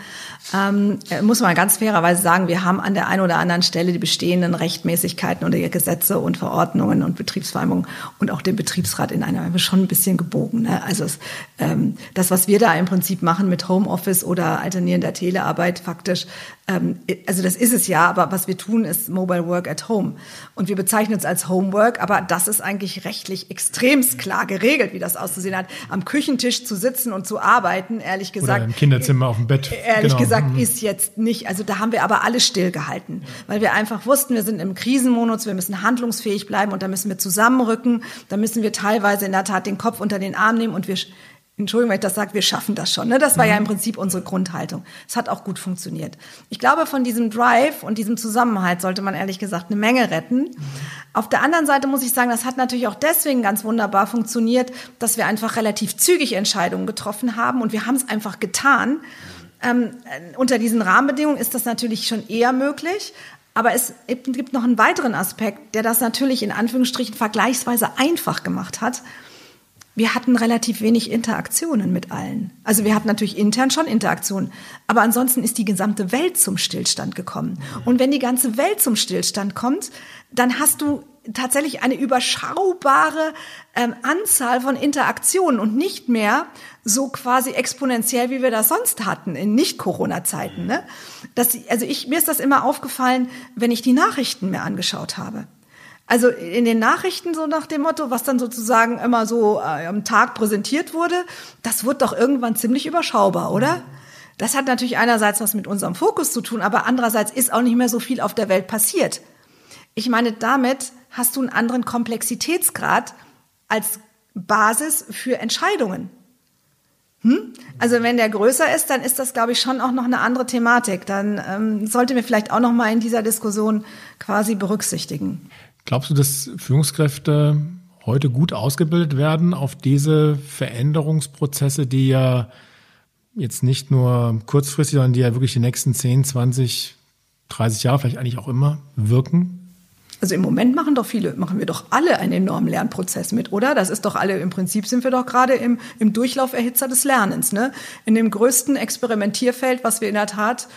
Muss man ganz fairerweise sagen, wir haben an der einen oder anderen Stelle die bestehenden Rechtmäßigkeiten oder Gesetze und Verordnungen und Betriebsvereinbarungen und auch den Betriebsrat in einer Weise schon ein bisschen gebogen. Ne? Also das, was wir da im Prinzip machen mit Homeoffice oder alternierender Telearbeit faktisch, also das ist es ja, aber was wir tun, ist Mobile Work at Home. Und wir bezeichnen es als Homework, aber das ist eigentlich rechtlich extremst klar geregelt, wie das auszusehen hat. Am Küchentisch zu sitzen und zu arbeiten, ehrlich gesagt. Oder im Kinderzimmer auf dem Bett. Ehrlich gesagt ist jetzt nicht, also da haben wir aber alle stillgehalten, weil wir einfach wussten, wir sind im Krisenmodus, wir müssen handlungsfähig bleiben und da müssen wir zusammenrücken, da müssen wir teilweise in der Tat den Kopf unter den Arm nehmen und Entschuldigung, wenn ich das sage, wir schaffen das schon. Ne? Das war ja im Prinzip unsere Grundhaltung. Es hat auch gut funktioniert. Ich glaube, von diesem Drive und diesem Zusammenhalt sollte man ehrlich gesagt eine Menge retten. Auf der anderen Seite muss ich sagen, das hat natürlich auch deswegen ganz wunderbar funktioniert, dass wir einfach relativ zügig Entscheidungen getroffen haben und wir haben es einfach getan. Unter diesen Rahmenbedingungen ist das natürlich schon eher möglich. Aber es gibt noch einen weiteren Aspekt, der das natürlich in Anführungsstrichen vergleichsweise einfach gemacht hat. Wir hatten relativ wenig Interaktionen mit allen. Also wir hatten natürlich intern schon Interaktionen, aber ansonsten ist die gesamte Welt zum Stillstand gekommen. Und wenn die ganze Welt zum Stillstand kommt, dann hast du tatsächlich eine überschaubare Anzahl von Interaktionen und nicht mehr so quasi exponentiell, wie wir das sonst hatten in Nicht-Corona-Zeiten. Ne? Mir ist das immer aufgefallen, wenn ich die Nachrichten mir angeschaut habe. Also in den Nachrichten so nach dem Motto, was dann sozusagen immer so am Tag präsentiert wurde, das wird doch irgendwann ziemlich überschaubar, oder? Das hat natürlich einerseits was mit unserem Fokus zu tun, aber andererseits ist auch nicht mehr so viel auf der Welt passiert. Ich meine, damit hast du einen anderen Komplexitätsgrad als Basis für Entscheidungen. Also wenn der größer ist, dann ist das, glaube ich, schon auch noch eine andere Thematik. Dann sollten wir vielleicht auch noch mal in dieser Diskussion quasi berücksichtigen. Glaubst du, dass Führungskräfte heute gut ausgebildet werden auf diese Veränderungsprozesse, die ja jetzt nicht nur kurzfristig, sondern die ja wirklich die nächsten 10, 20, 30 Jahre, vielleicht eigentlich auch immer wirken? Also im Moment machen wir doch alle einen enormen Lernprozess mit, oder? Das ist doch im Prinzip sind wir doch gerade im Durchlauferhitzer des Lernens, ne? In dem größten Experimentierfeld, was wir in der Tat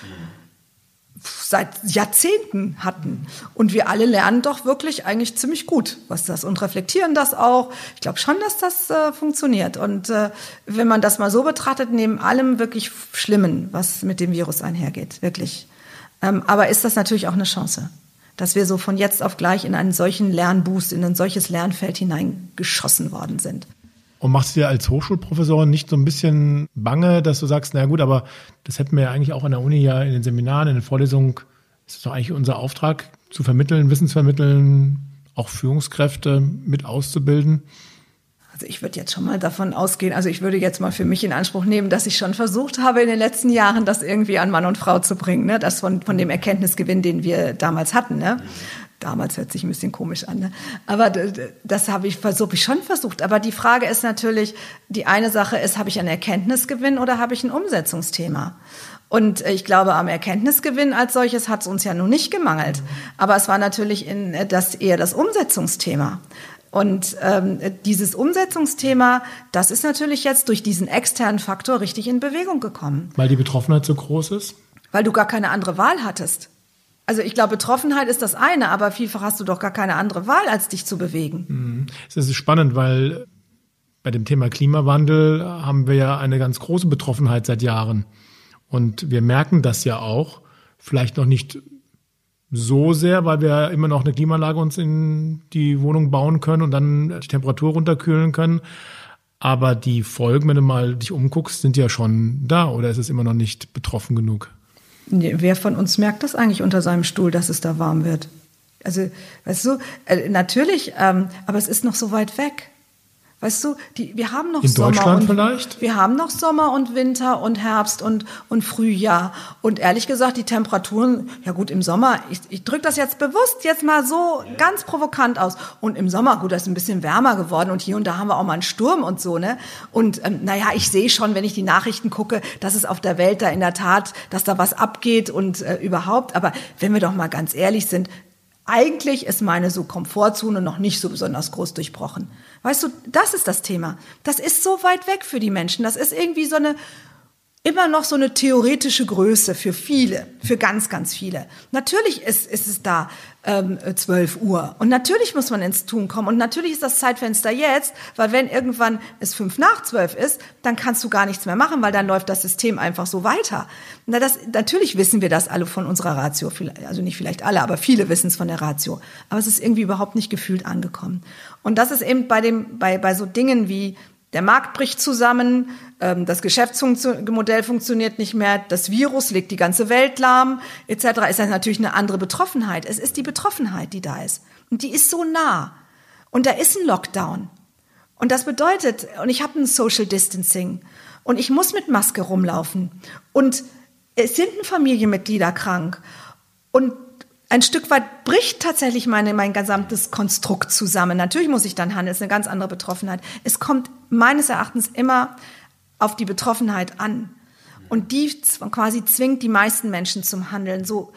seit Jahrzehnten hatten. Und wir alle lernen doch wirklich eigentlich ziemlich gut, was das und reflektieren das auch. Ich glaube schon, dass das funktioniert. Und wenn man das mal so betrachtet, neben allem wirklich Schlimmen, was mit dem Virus einhergeht, wirklich. Aber ist das natürlich auch eine Chance, dass wir so von jetzt auf gleich in einen solchen Lernboost, in ein solches Lernfeld hineingeschossen worden sind. Und machst du dir als Hochschulprofessorin nicht so ein bisschen bange, dass du sagst, na gut, aber das hätten wir ja eigentlich auch an der Uni ja in den Seminaren, in den Vorlesungen, ist es doch eigentlich unser Auftrag, zu vermitteln, Wissen zu vermitteln, auch Führungskräfte mit auszubilden? Also ich würde jetzt schon mal davon ausgehen, also ich würde jetzt mal für mich in Anspruch nehmen, dass ich schon versucht habe in den letzten Jahren, das irgendwie an Mann und Frau zu bringen, ne? Das von dem Erkenntnisgewinn, den wir damals hatten, ne? Damals hört sich ein bisschen komisch an, ne? Aber das habe ich schon versucht. Aber die Frage ist natürlich, die eine Sache ist, habe ich einen Erkenntnisgewinn oder habe ich ein Umsetzungsthema? Und ich glaube, am Erkenntnisgewinn als solches hat es uns ja nun nicht gemangelt. Aber es war natürlich eher das Umsetzungsthema. Und dieses Umsetzungsthema, das ist natürlich jetzt durch diesen externen Faktor richtig in Bewegung gekommen. Weil die Betroffenheit so groß ist? Weil du gar keine andere Wahl hattest. Also ich glaube, Betroffenheit ist das eine, aber vielfach hast du doch gar keine andere Wahl, als dich zu bewegen. Es ist spannend, weil bei dem Thema Klimawandel haben wir ja eine ganz große Betroffenheit seit Jahren. Und wir merken das ja auch, vielleicht noch nicht so sehr, weil wir immer noch eine Klimaanlage uns in die Wohnung bauen können und dann die Temperatur runterkühlen können. Aber die Folgen, wenn du mal dich umguckst, sind ja schon da, oder ist es immer noch nicht betroffen genug? Wer von uns merkt das eigentlich unter seinem Stuhl, dass es da warm wird? Also, weißt du, natürlich, aber es ist noch so weit weg. Weißt du, wir haben noch Sommer. In Deutschland vielleicht? Wir haben noch Sommer und Winter und Herbst und Frühjahr. Und ehrlich gesagt, die Temperaturen, ja gut, im Sommer, ich drücke das jetzt bewusst jetzt mal so ganz provokant aus. Und im Sommer, gut, das ist ein bisschen wärmer geworden und hier und da haben wir auch mal einen Sturm und so, ne? Und ich sehe schon, wenn ich die Nachrichten gucke, dass es auf der Welt da in der Tat, dass da was abgeht und überhaupt. Aber wenn wir doch mal ganz ehrlich sind, eigentlich ist meine so Komfortzone noch nicht so besonders groß durchbrochen. Weißt du, das ist das Thema. Das ist so weit weg für die Menschen. Das ist irgendwie immer noch so eine theoretische Größe für viele, für ganz, ganz viele. Natürlich ist es da 12 Uhr und natürlich muss man ins Tun kommen und natürlich ist das Zeitfenster jetzt, weil wenn irgendwann es 11:55 ist, dann kannst du gar nichts mehr machen, weil dann läuft das System einfach so weiter. Natürlich wissen wir das alle von unserer Ratio, also nicht vielleicht alle, aber viele wissen es von der Ratio. Aber es ist irgendwie überhaupt nicht gefühlt angekommen. Und das ist eben bei so Dingen wie der Markt bricht zusammen, das Geschäftsmodell funktioniert nicht mehr, das Virus legt die ganze Welt lahm, etc. Ist das natürlich eine andere Betroffenheit. Es ist die Betroffenheit, die da ist. Und die ist so nah. Und da ist ein Lockdown. Und das bedeutet, und ich habe ein Social Distancing und ich muss mit Maske rumlaufen. Und es sind Familienmitglieder krank. Und ein Stück weit bricht tatsächlich mein gesamtes Konstrukt zusammen. Natürlich muss ich dann handeln, es ist eine ganz andere Betroffenheit. Es kommt meines Erachtens immer auf die Betroffenheit an. Und die quasi zwingt die meisten Menschen zum Handeln. So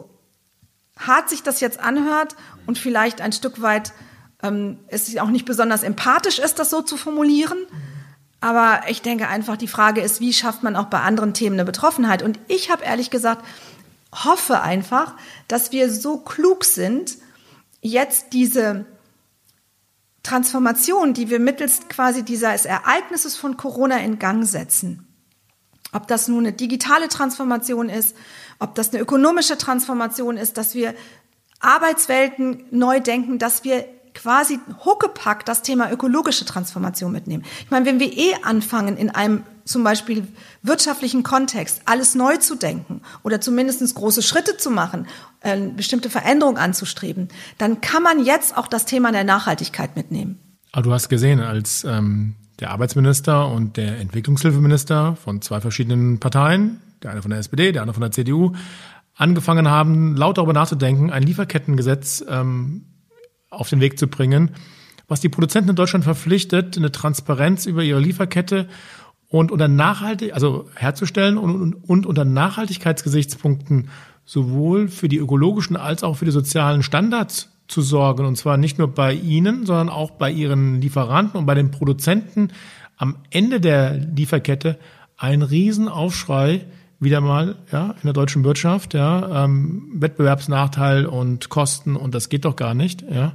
hart sich das jetzt anhört und vielleicht ein Stück weit es auch nicht besonders empathisch ist, das so zu formulieren. Aber ich denke einfach, die Frage ist, wie schafft man auch bei anderen Themen eine Betroffenheit? Und ich habe ehrlich gesagt hoffe einfach, dass wir so klug sind, jetzt diese Transformation, die wir mittels quasi dieses Ereignisses von Corona in Gang setzen. Ob das nun eine digitale Transformation ist, ob das eine ökonomische Transformation ist, dass wir Arbeitswelten neu denken, dass wir quasi huckepack das Thema ökologische Transformation mitnehmen. Ich meine, wenn wir anfangen, in einem zum Beispiel wirtschaftlichen Kontext alles neu zu denken oder zumindest große Schritte zu machen, bestimmte Veränderungen anzustreben, dann kann man jetzt auch das Thema der Nachhaltigkeit mitnehmen. Aber du hast gesehen, als der Arbeitsminister und der Entwicklungshilfeminister von zwei verschiedenen Parteien, der eine von der SPD, der andere von der CDU, angefangen haben, laut darüber nachzudenken, ein Lieferkettengesetz auf den Weg zu bringen, was die Produzenten in Deutschland verpflichtet, eine Transparenz über ihre Lieferkette und herzustellen und unter Nachhaltigkeitsgesichtspunkten sowohl für die ökologischen als auch für die sozialen Standards zu sorgen. Und zwar nicht nur bei Ihnen, sondern auch bei Ihren Lieferanten und bei den Produzenten am Ende der Lieferkette ein Riesenaufschrei wieder mal in der deutschen Wirtschaft, Wettbewerbsnachteil und Kosten und das geht doch gar nicht. Ja.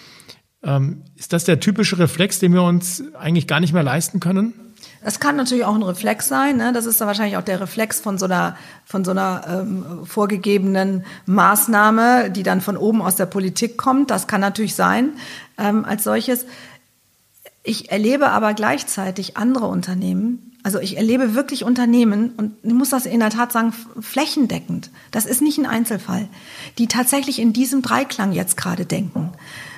Ist das der typische Reflex, den wir uns eigentlich gar nicht mehr leisten können? Das kann natürlich auch ein Reflex sein. Ne? Das ist dann wahrscheinlich auch der Reflex von so einer vorgegebenen Maßnahme, die dann von oben aus der Politik kommt. Das kann natürlich sein als solches. Ich erlebe aber gleichzeitig andere Unternehmen. Also ich erlebe wirklich Unternehmen, und ich muss das in der Tat sagen, flächendeckend. Das ist nicht ein Einzelfall, die tatsächlich in diesem Dreiklang jetzt gerade denken.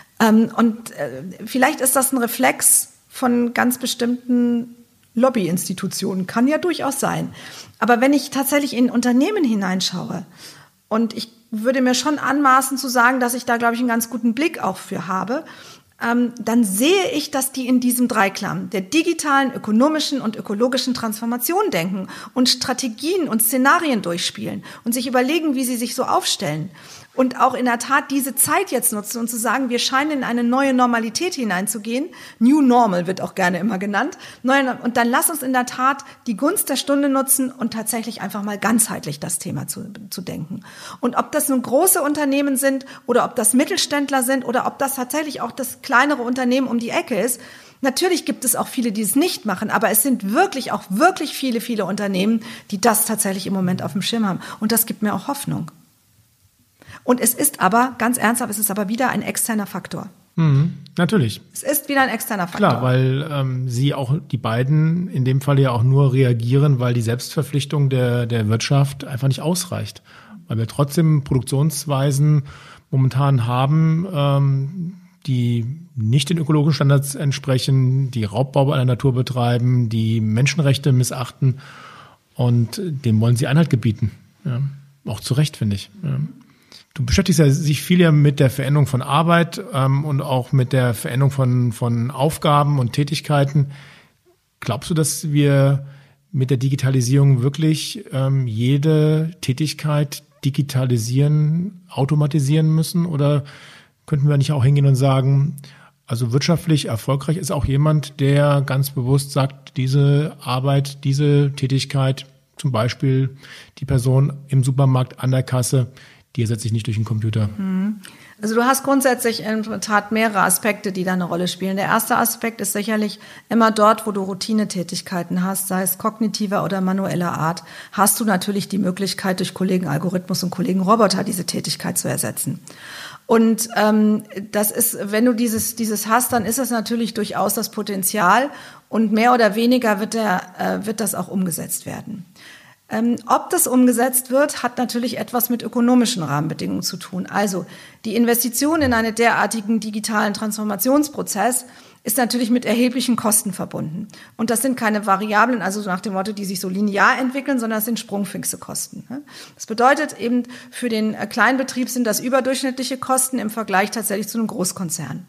Vielleicht ist das ein Reflex von ganz bestimmten Lobbyinstitutionen, kann ja durchaus sein. Aber wenn ich tatsächlich in Unternehmen hineinschaue, und ich würde mir schon anmaßen zu sagen, dass ich da, glaube ich, einen ganz guten Blick auch für habe, dann sehe ich, dass die in diesem Dreiklang der digitalen, ökonomischen und ökologischen Transformation denken und Strategien und Szenarien durchspielen und sich überlegen, wie sie sich so aufstellen. Und auch in der Tat diese Zeit jetzt nutzen und zu sagen, wir scheinen in eine neue Normalität hineinzugehen. New Normal wird auch gerne immer genannt. Und dann lass uns in der Tat die Gunst der Stunde nutzen und tatsächlich einfach mal ganzheitlich das Thema zu denken. Und ob das nun große Unternehmen sind oder ob das Mittelständler sind oder ob das tatsächlich auch das kleinere Unternehmen um die Ecke ist, natürlich gibt es auch viele, die es nicht machen, aber es sind wirklich viele, viele Unternehmen, die das tatsächlich im Moment auf dem Schirm haben. Und das gibt mir auch Hoffnung. Und es ist aber, ganz ernsthaft, es ist aber wieder ein externer Faktor. Natürlich. Es ist wieder ein externer Faktor. Klar, weil Sie auch, die beiden, in dem Fall ja auch nur reagieren, weil die Selbstverpflichtung der Wirtschaft einfach nicht ausreicht. Weil wir trotzdem Produktionsweisen momentan haben, die nicht den ökologischen Standards entsprechen, die Raubbau bei der Natur betreiben, die Menschenrechte missachten. Und dem wollen Sie Einhalt gebieten. Ja. Auch zu Recht, finde ich. Ja. Du beschäftigst sich viel mit der Veränderung von Arbeit und auch mit der Veränderung von Aufgaben und Tätigkeiten. Glaubst du, dass wir mit der Digitalisierung wirklich jede Tätigkeit digitalisieren, automatisieren müssen? Oder könnten wir nicht auch hingehen und sagen, also wirtschaftlich erfolgreich ist auch jemand, der ganz bewusst sagt, diese Arbeit, diese Tätigkeit, zum Beispiel die Person im Supermarkt an der Kasse, die ersetze ich nicht durch den Computer. Also du hast grundsätzlich in der Tat mehrere Aspekte, die da eine Rolle spielen. Der erste Aspekt ist sicherlich immer dort, wo du Routinetätigkeiten hast, sei es kognitiver oder manueller Art, hast du natürlich die Möglichkeit, durch Kollegen-Algorithmus und Kollegen-Roboter diese Tätigkeit zu ersetzen. Und das ist, wenn du dieses hast, dann ist das natürlich durchaus das Potenzial und mehr oder weniger wird das auch umgesetzt werden. Ob das umgesetzt wird, hat natürlich etwas mit ökonomischen Rahmenbedingungen zu tun. Also die Investition in einen derartigen digitalen Transformationsprozess ist natürlich mit erheblichen Kosten verbunden. Und das sind keine Variablen, also nach dem Motto, die sich so linear entwickeln, sondern das sind sprungfixe Kosten. Das bedeutet eben, für den Kleinbetrieb sind das überdurchschnittliche Kosten im Vergleich tatsächlich zu einem Großkonzern.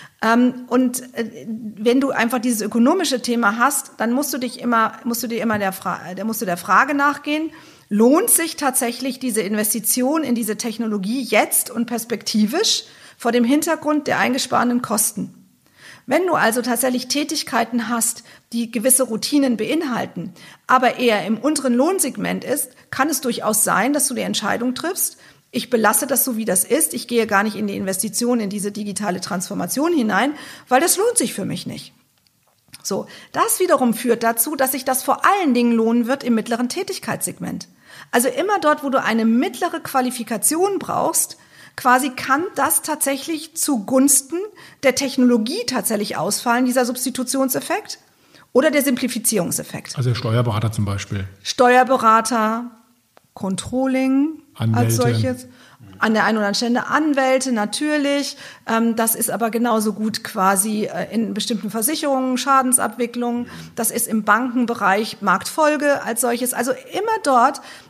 Und wenn du einfach dieses ökonomische Thema hast, dann musst du der Frage nachgehen, lohnt sich tatsächlich diese Investition in diese Technologie jetzt und perspektivisch vor dem Hintergrund der eingesparten Kosten? Wenn du also tatsächlich Tätigkeiten hast, die gewisse Routinen beinhalten, aber eher im unteren Lohnsegment ist, kann es durchaus sein, dass du die Entscheidung triffst, ich belasse das so, wie das ist. Ich gehe gar nicht in die Investition in diese digitale Transformation hinein, weil das lohnt sich für mich nicht. So, das wiederum führt dazu, dass sich das vor allen Dingen lohnen wird im mittleren Tätigkeitssegment. Also immer dort, wo du eine mittlere Qualifikation brauchst, quasi kann das tatsächlich zugunsten der Technologie tatsächlich ausfallen, dieser Substitutionseffekt oder der Simplifizierungseffekt. Also der Steuerberater zum Beispiel. Steuerberater, Controlling, Anwälte. Als solches. An der einen oder anderen Stelle Anwälte natürlich. Das ist aber genauso gut quasi in bestimmten Versicherungen, Schadensabwicklung. Das ist im Bankenbereich Marktfolge als solches. Also immer dort,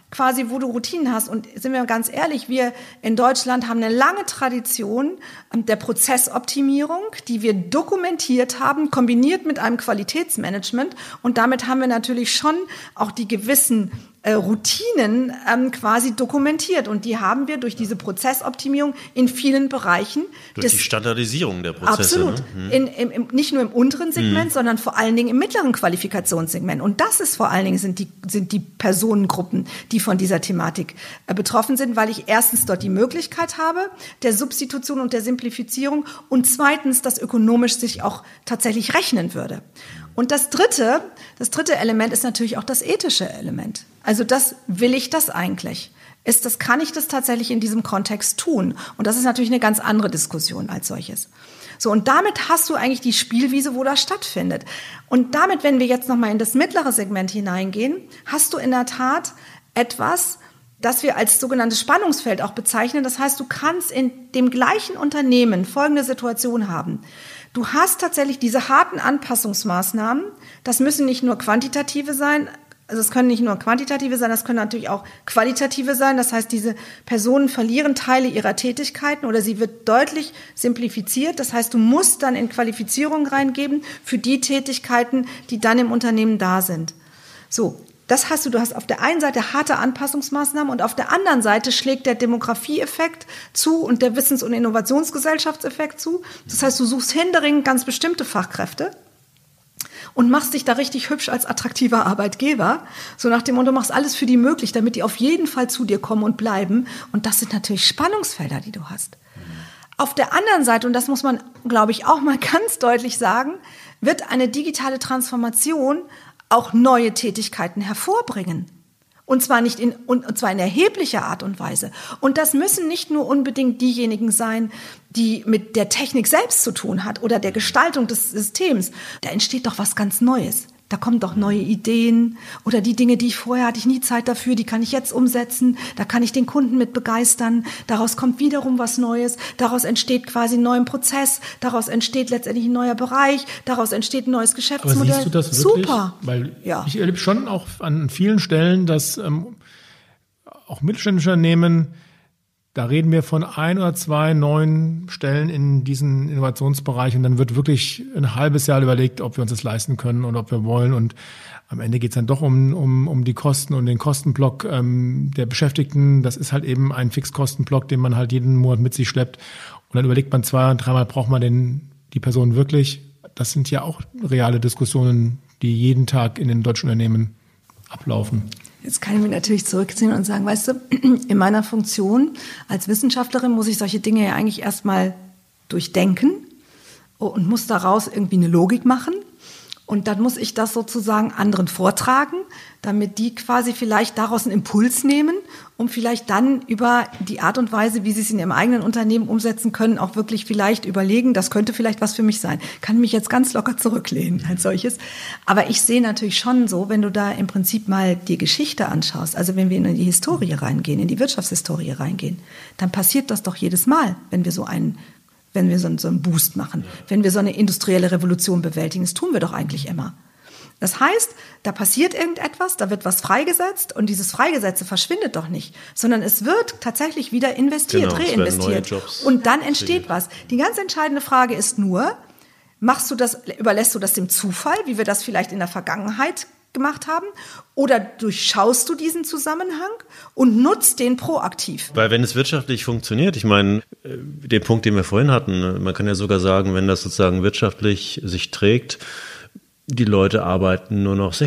quasi, wo du Routinen hast. Und sind wir ganz ehrlich, wir in Deutschland haben eine lange Tradition der Prozessoptimierung, die wir dokumentiert haben, kombiniert mit einem Qualitätsmanagement. Und damit haben wir natürlich schon auch die gewissen Routinen quasi dokumentiert. Und die haben wir durch diese Prozessoptimierung in vielen Bereichen. Durch die Standardisierung der Prozesse. Absolut. Ne? Nicht nur im unteren Segment, sondern vor allen Dingen im mittleren Qualifikationssegment. Und das ist vor allen Dingen sind die Personengruppen, die von dieser Thematik betroffen sind, weil ich erstens dort die Möglichkeit habe der Substitution und der Simplifizierung und zweitens, dass ökonomisch sich auch tatsächlich rechnen würde. Und das dritte Element ist natürlich auch das ethische Element. Also will ich das eigentlich? Kann ich das tatsächlich in diesem Kontext tun? Und das ist natürlich eine ganz andere Diskussion als solches. So, und damit hast du eigentlich die Spielwiese, wo das stattfindet. Und damit, wenn wir jetzt nochmal in das mittlere Segment hineingehen, hast du in der Tat etwas, das wir als sogenanntes Spannungsfeld auch bezeichnen. Das heißt, du kannst in dem gleichen Unternehmen folgende Situation haben. Du hast tatsächlich diese harten Anpassungsmaßnahmen. Das müssen nicht nur quantitative sein, also es können nicht nur quantitative sein, das können natürlich auch qualitative sein. Das heißt, diese Personen verlieren Teile ihrer Tätigkeiten oder sie wird deutlich simplifiziert. Das heißt, du musst dann in Qualifizierung reingeben für die Tätigkeiten, die dann im Unternehmen da sind. So. Du hast auf der einen Seite harte Anpassungsmaßnahmen und auf der anderen Seite schlägt der Demografieeffekt zu und der Wissens- und Innovationsgesellschaftseffekt zu. Das heißt, du suchst händeringend ganz bestimmte Fachkräfte und machst dich da richtig hübsch als attraktiver Arbeitgeber. So nach dem Motto, du machst alles für die möglich, damit die auf jeden Fall zu dir kommen und bleiben. Und das sind natürlich Spannungsfelder, die du hast. Auf der anderen Seite, und das muss man, glaube ich, auch mal ganz deutlich sagen, wird eine digitale Transformation auch neue Tätigkeiten hervorbringen. Und zwar in erheblicher Art und Weise. Und das müssen nicht nur unbedingt diejenigen sein, die mit der Technik selbst zu tun hat oder der Gestaltung des Systems. Da entsteht doch was ganz Neues. Da kommen doch neue Ideen oder die Dinge, hatte ich nie Zeit dafür, die kann ich jetzt umsetzen. Da kann ich den Kunden mit begeistern. Daraus kommt wiederum was Neues. Daraus entsteht quasi ein neuer Prozess. Daraus entsteht letztendlich ein neuer Bereich. Daraus entsteht ein neues Geschäftsmodell. Aber siehst du das wirklich? Super. Weil ich erlebe schon auch an vielen Stellen, dass auch mittelständische Unternehmen, da reden wir von 1 oder 2 neuen Stellen in diesen Innovationsbereich und dann wird wirklich ein halbes Jahr überlegt, ob wir uns das leisten können oder ob wir wollen. Und am Ende geht es dann doch um die Kosten und den Kostenblock der Beschäftigten. Das ist halt eben ein Fixkostenblock, den man halt jeden Monat mit sich schleppt. Und dann überlegt man 2- und 3-mal, braucht man die Person wirklich? Das sind ja auch reale Diskussionen, die jeden Tag in den deutschen Unternehmen ablaufen. Jetzt kann ich mich natürlich zurückziehen und sagen, weißt du, in meiner Funktion als Wissenschaftlerin muss ich solche Dinge ja eigentlich erstmal durchdenken und muss daraus irgendwie eine Logik machen. Und dann muss ich das sozusagen anderen vortragen, damit die quasi vielleicht daraus einen Impuls nehmen, um vielleicht dann über die Art und Weise, wie sie es in ihrem eigenen Unternehmen umsetzen können, auch wirklich vielleicht überlegen, das könnte vielleicht was für mich sein. Kann mich jetzt ganz locker zurücklehnen als solches. Aber ich sehe natürlich schon so, wenn du da im Prinzip mal die Geschichte anschaust, also wenn wir in die Historie reingehen, in die Wirtschaftshistorie reingehen, dann passiert das doch jedes Mal, wenn wir so einen Boost machen, wenn wir so eine industrielle Revolution bewältigen. Das tun wir doch eigentlich immer. Das heißt, da passiert irgendetwas, da wird was freigesetzt und dieses Freigesetzte verschwindet doch nicht, sondern es wird tatsächlich wieder investiert, reinvestiert und dann entsteht was. Die ganz entscheidende Frage ist nur, überlässt du das dem Zufall, wie wir das vielleicht in der Vergangenheit gemacht haben, oder durchschaust du diesen Zusammenhang und nutzt den proaktiv? Weil wenn es wirtschaftlich funktioniert, ich meine, den Punkt, den wir vorhin hatten, man kann ja sogar sagen, wenn das sozusagen wirtschaftlich sich trägt, die Leute arbeiten nur noch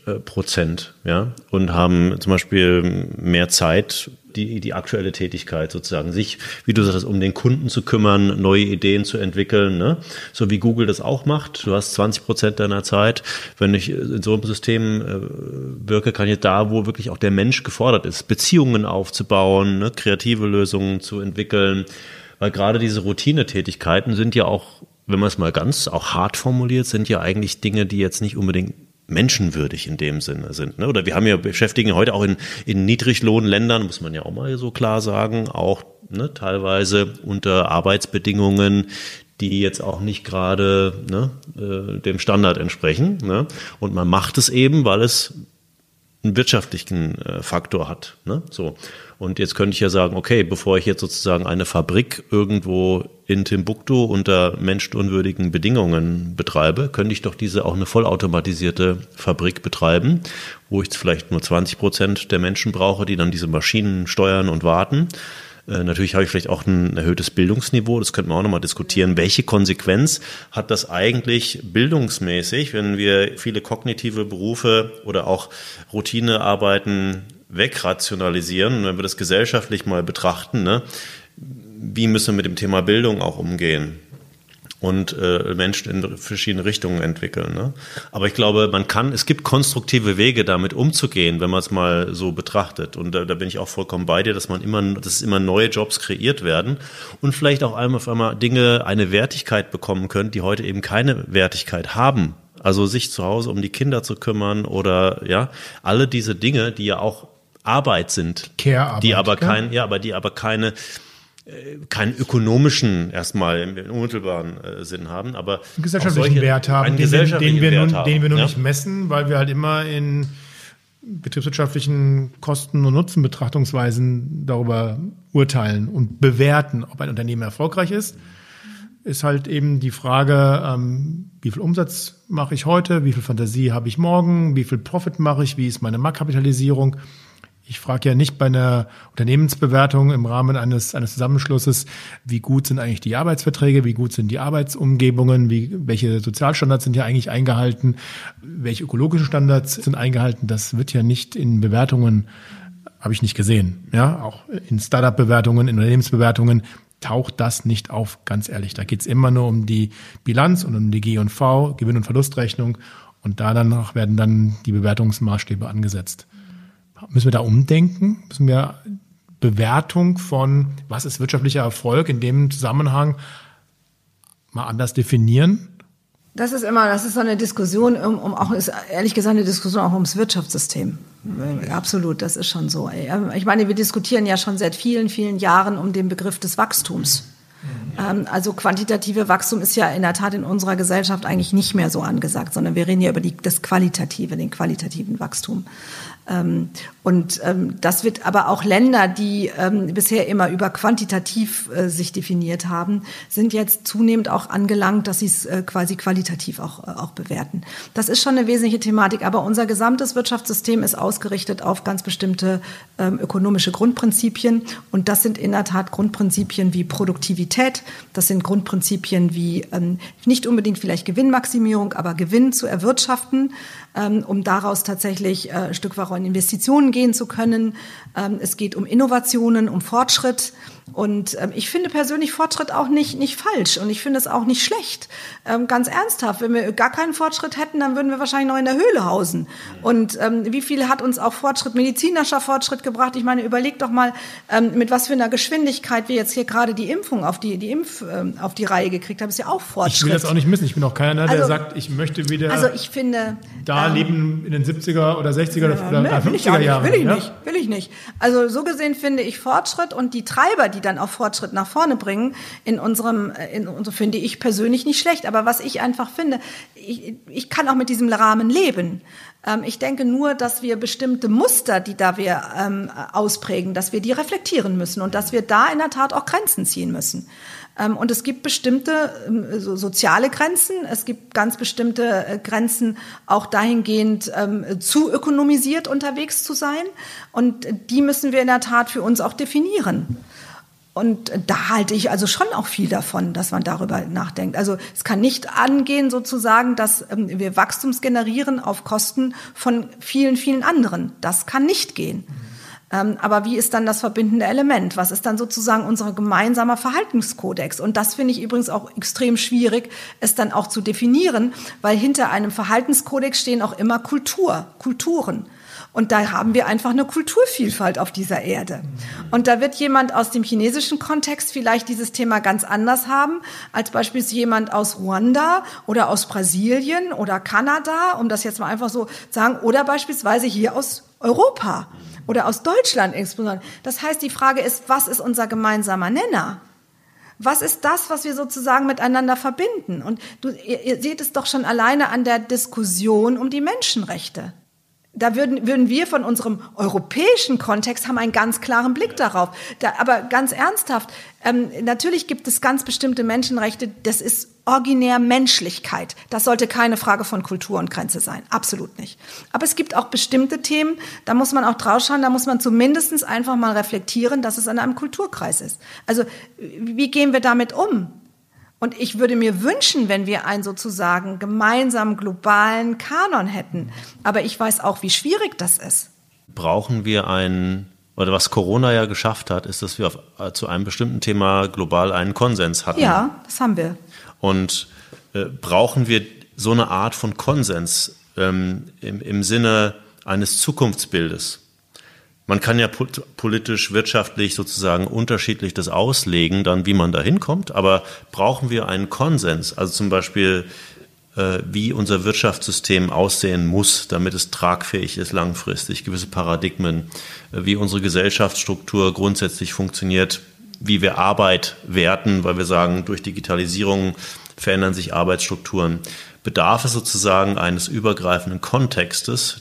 60%, ja, und haben zum Beispiel mehr Zeit, die aktuelle Tätigkeit sozusagen, sich, wie du sagst, um den Kunden zu kümmern, neue Ideen zu entwickeln, ne? So wie Google das auch macht. Du hast 20% deiner Zeit. Wenn ich in so einem System wirke, kann ich da, wo wirklich auch der Mensch gefordert ist, Beziehungen aufzubauen, ne? Kreative Lösungen zu entwickeln, weil gerade diese Routinetätigkeiten sind ja auch, wenn man es mal ganz auch hart formuliert, sind ja eigentlich Dinge, die jetzt nicht unbedingt menschenwürdig in dem Sinne sind. Ne? Oder wir haben ja beschäftigen heute auch in Niedriglohnländern, muss man ja auch mal so klar sagen, auch teilweise unter Arbeitsbedingungen, die jetzt auch nicht gerade dem Standard entsprechen. Ne? Und man macht es eben, weil es einen wirtschaftlichen Faktor hat. Ne? So. Und jetzt könnte ich ja sagen, okay, bevor ich jetzt sozusagen eine Fabrik irgendwo in Timbuktu unter menschenunwürdigen Bedingungen betreibe, könnte ich doch diese auch eine vollautomatisierte Fabrik betreiben, wo ich vielleicht nur 20% der Menschen brauche, die dann diese Maschinen steuern und warten. Natürlich habe ich vielleicht auch ein erhöhtes Bildungsniveau, das könnten wir auch nochmal diskutieren. Welche Konsequenz hat das eigentlich bildungsmäßig, wenn wir viele kognitive Berufe oder auch Routinearbeiten wegrationalisieren? Und wenn wir das gesellschaftlich mal betrachten, ne, wie müssen wir mit dem Thema Bildung auch umgehen? Und Menschen in verschiedene Richtungen entwickeln. Ne? Aber ich glaube, es gibt konstruktive Wege, damit umzugehen, wenn man es mal so betrachtet. Und da bin ich auch vollkommen bei dir, dass immer neue Jobs kreiert werden und vielleicht auch auf einmal Dinge eine Wertigkeit bekommen können, die heute eben keine Wertigkeit haben. Also sich zu Hause um die Kinder zu kümmern oder ja, alle diese Dinge, die ja auch Arbeit sind, Care-Arbeit, die aber keinen ökonomischen erstmal im unmittelbaren Sinn haben, aber einen gesellschaftlichen Wert haben, den wir nur nicht messen, weil wir halt immer in betriebswirtschaftlichen Kosten- und Nutzenbetrachtungsweisen darüber urteilen und bewerten, ob ein Unternehmen erfolgreich ist halt eben die Frage, wie viel Umsatz mache ich heute, wie viel Fantasie habe ich morgen, wie viel Profit mache ich, wie ist meine Marktkapitalisierung. Ich frage ja nicht bei einer Unternehmensbewertung im Rahmen eines Zusammenschlusses, wie gut sind eigentlich die Arbeitsverträge, wie gut sind die Arbeitsumgebungen, welche Sozialstandards sind ja eigentlich eingehalten, welche ökologischen Standards sind eingehalten. Das wird ja nicht in Bewertungen, habe ich nicht gesehen. Ja, auch in Startup-Bewertungen, in Unternehmensbewertungen taucht das nicht auf, ganz ehrlich. Da geht's immer nur um die Bilanz und um die G&V, Gewinn- und Verlustrechnung. Und danach werden dann die Bewertungsmaßstäbe angesetzt. Müssen wir da umdenken? Müssen wir Bewertung von, was ist wirtschaftlicher Erfolg in dem Zusammenhang mal anders definieren? Das ist so eine Diskussion, ist ehrlich gesagt eine Diskussion auch ums Wirtschaftssystem. Absolut, das ist schon so. Ich meine, wir diskutieren ja schon seit vielen, vielen Jahren um den Begriff des Wachstums. Also quantitative Wachstum ist ja in der Tat in unserer Gesellschaft eigentlich nicht mehr so angesagt, sondern wir reden ja über das Qualitative, den qualitativen Wachstum. Das wird aber auch Länder, die bisher immer über quantitativ sich definiert haben, sind jetzt zunehmend auch angelangt, dass sie es quasi qualitativ auch bewerten. Das ist schon eine wesentliche Thematik, aber unser gesamtes Wirtschaftssystem ist ausgerichtet auf ganz bestimmte ökonomische Grundprinzipien und das sind in der Tat Grundprinzipien wie Produktivität, das sind Grundprinzipien wie nicht unbedingt vielleicht Gewinnmaximierung, aber Gewinn zu erwirtschaften, um daraus tatsächlich ein Stück weit in Investitionen gehen zu können. Es geht um Innovationen, um Fortschritt. Und ich finde persönlich Fortschritt auch nicht falsch und ich finde es auch nicht schlecht. Ganz ernsthaft, wenn wir gar keinen Fortschritt hätten, dann würden wir wahrscheinlich noch in der Höhle hausen. Und wie viel hat uns auch medizinischer Fortschritt gebracht? Ich meine, überleg doch mal, mit was für einer Geschwindigkeit wir jetzt hier gerade die Impfung auf die Reihe gekriegt haben. Das ist ja auch Fortschritt. Ich will das auch nicht missen. Ich bin auch keiner, der sagt, ich möchte wieder leben in den 70er oder 60er oder 50er Jahren. Will ich nicht. Also so gesehen finde ich Fortschritt und die Treiber, die dann auch Fortschritt nach vorne bringen, finde ich persönlich nicht schlecht. Aber was ich einfach finde, ich kann auch mit diesem Rahmen leben. Ich denke nur, dass wir bestimmte Muster, die wir ausprägen, dass wir die reflektieren müssen und dass wir da in der Tat auch Grenzen ziehen müssen. Und es gibt bestimmte soziale Grenzen, es gibt ganz bestimmte Grenzen auch dahingehend zu ökonomisiert unterwegs zu sein. Und die müssen wir in der Tat für uns auch definieren. Und da halte ich also schon auch viel davon, dass man darüber nachdenkt. Also es kann nicht angehen sozusagen, dass wir Wachstums generieren auf Kosten von vielen, vielen anderen. Das kann nicht gehen. Aber wie ist dann das verbindende Element? Was ist dann sozusagen unser gemeinsamer Verhaltenskodex? Und das finde ich übrigens auch extrem schwierig, es dann auch zu definieren, weil hinter einem Verhaltenskodex stehen auch immer Kulturen. Und da haben wir einfach eine Kulturvielfalt auf dieser Erde. Und da wird jemand aus dem chinesischen Kontext vielleicht dieses Thema ganz anders haben, als beispielsweise jemand aus Ruanda oder aus Brasilien oder Kanada, um das jetzt mal einfach so zu sagen, oder beispielsweise hier aus Europa oder aus Deutschland insbesondere. Das heißt, die Frage ist, was ist unser gemeinsamer Nenner? Was ist das, was wir sozusagen miteinander verbinden? Und ihr seht es doch schon alleine an der Diskussion um die Menschenrechte. Da würden wir von unserem europäischen Kontext haben einen ganz klaren Blick darauf. Aber ganz ernsthaft, natürlich gibt es ganz bestimmte Menschenrechte, das ist originär Menschlichkeit. Das sollte keine Frage von Kultur und Grenze sein. Absolut nicht. Aber es gibt auch bestimmte Themen, da muss man auch drauf schauen, da muss man zumindest einfach mal reflektieren, dass es an einem Kulturkreis ist. Also, wie gehen wir damit um? Und ich würde mir wünschen, wenn wir einen sozusagen gemeinsamen globalen Kanon hätten. Aber ich weiß auch, wie schwierig das ist. Brauchen wir oder was Corona ja geschafft hat, ist, dass wir zu einem bestimmten Thema global einen Konsens hatten. Ja, das haben wir. Und brauchen wir so eine Art von Konsens im Sinne eines Zukunftsbildes? Man kann ja politisch, wirtschaftlich sozusagen unterschiedlich das auslegen, dann wie man da hinkommt, aber brauchen wir einen Konsens, also zum Beispiel, wie unser Wirtschaftssystem aussehen muss, damit es tragfähig ist langfristig, gewisse Paradigmen, wie unsere Gesellschaftsstruktur grundsätzlich funktioniert, wie wir Arbeit werten, weil wir sagen, durch Digitalisierung verändern sich Arbeitsstrukturen. Bedarf es sozusagen eines übergreifenden Kontextes,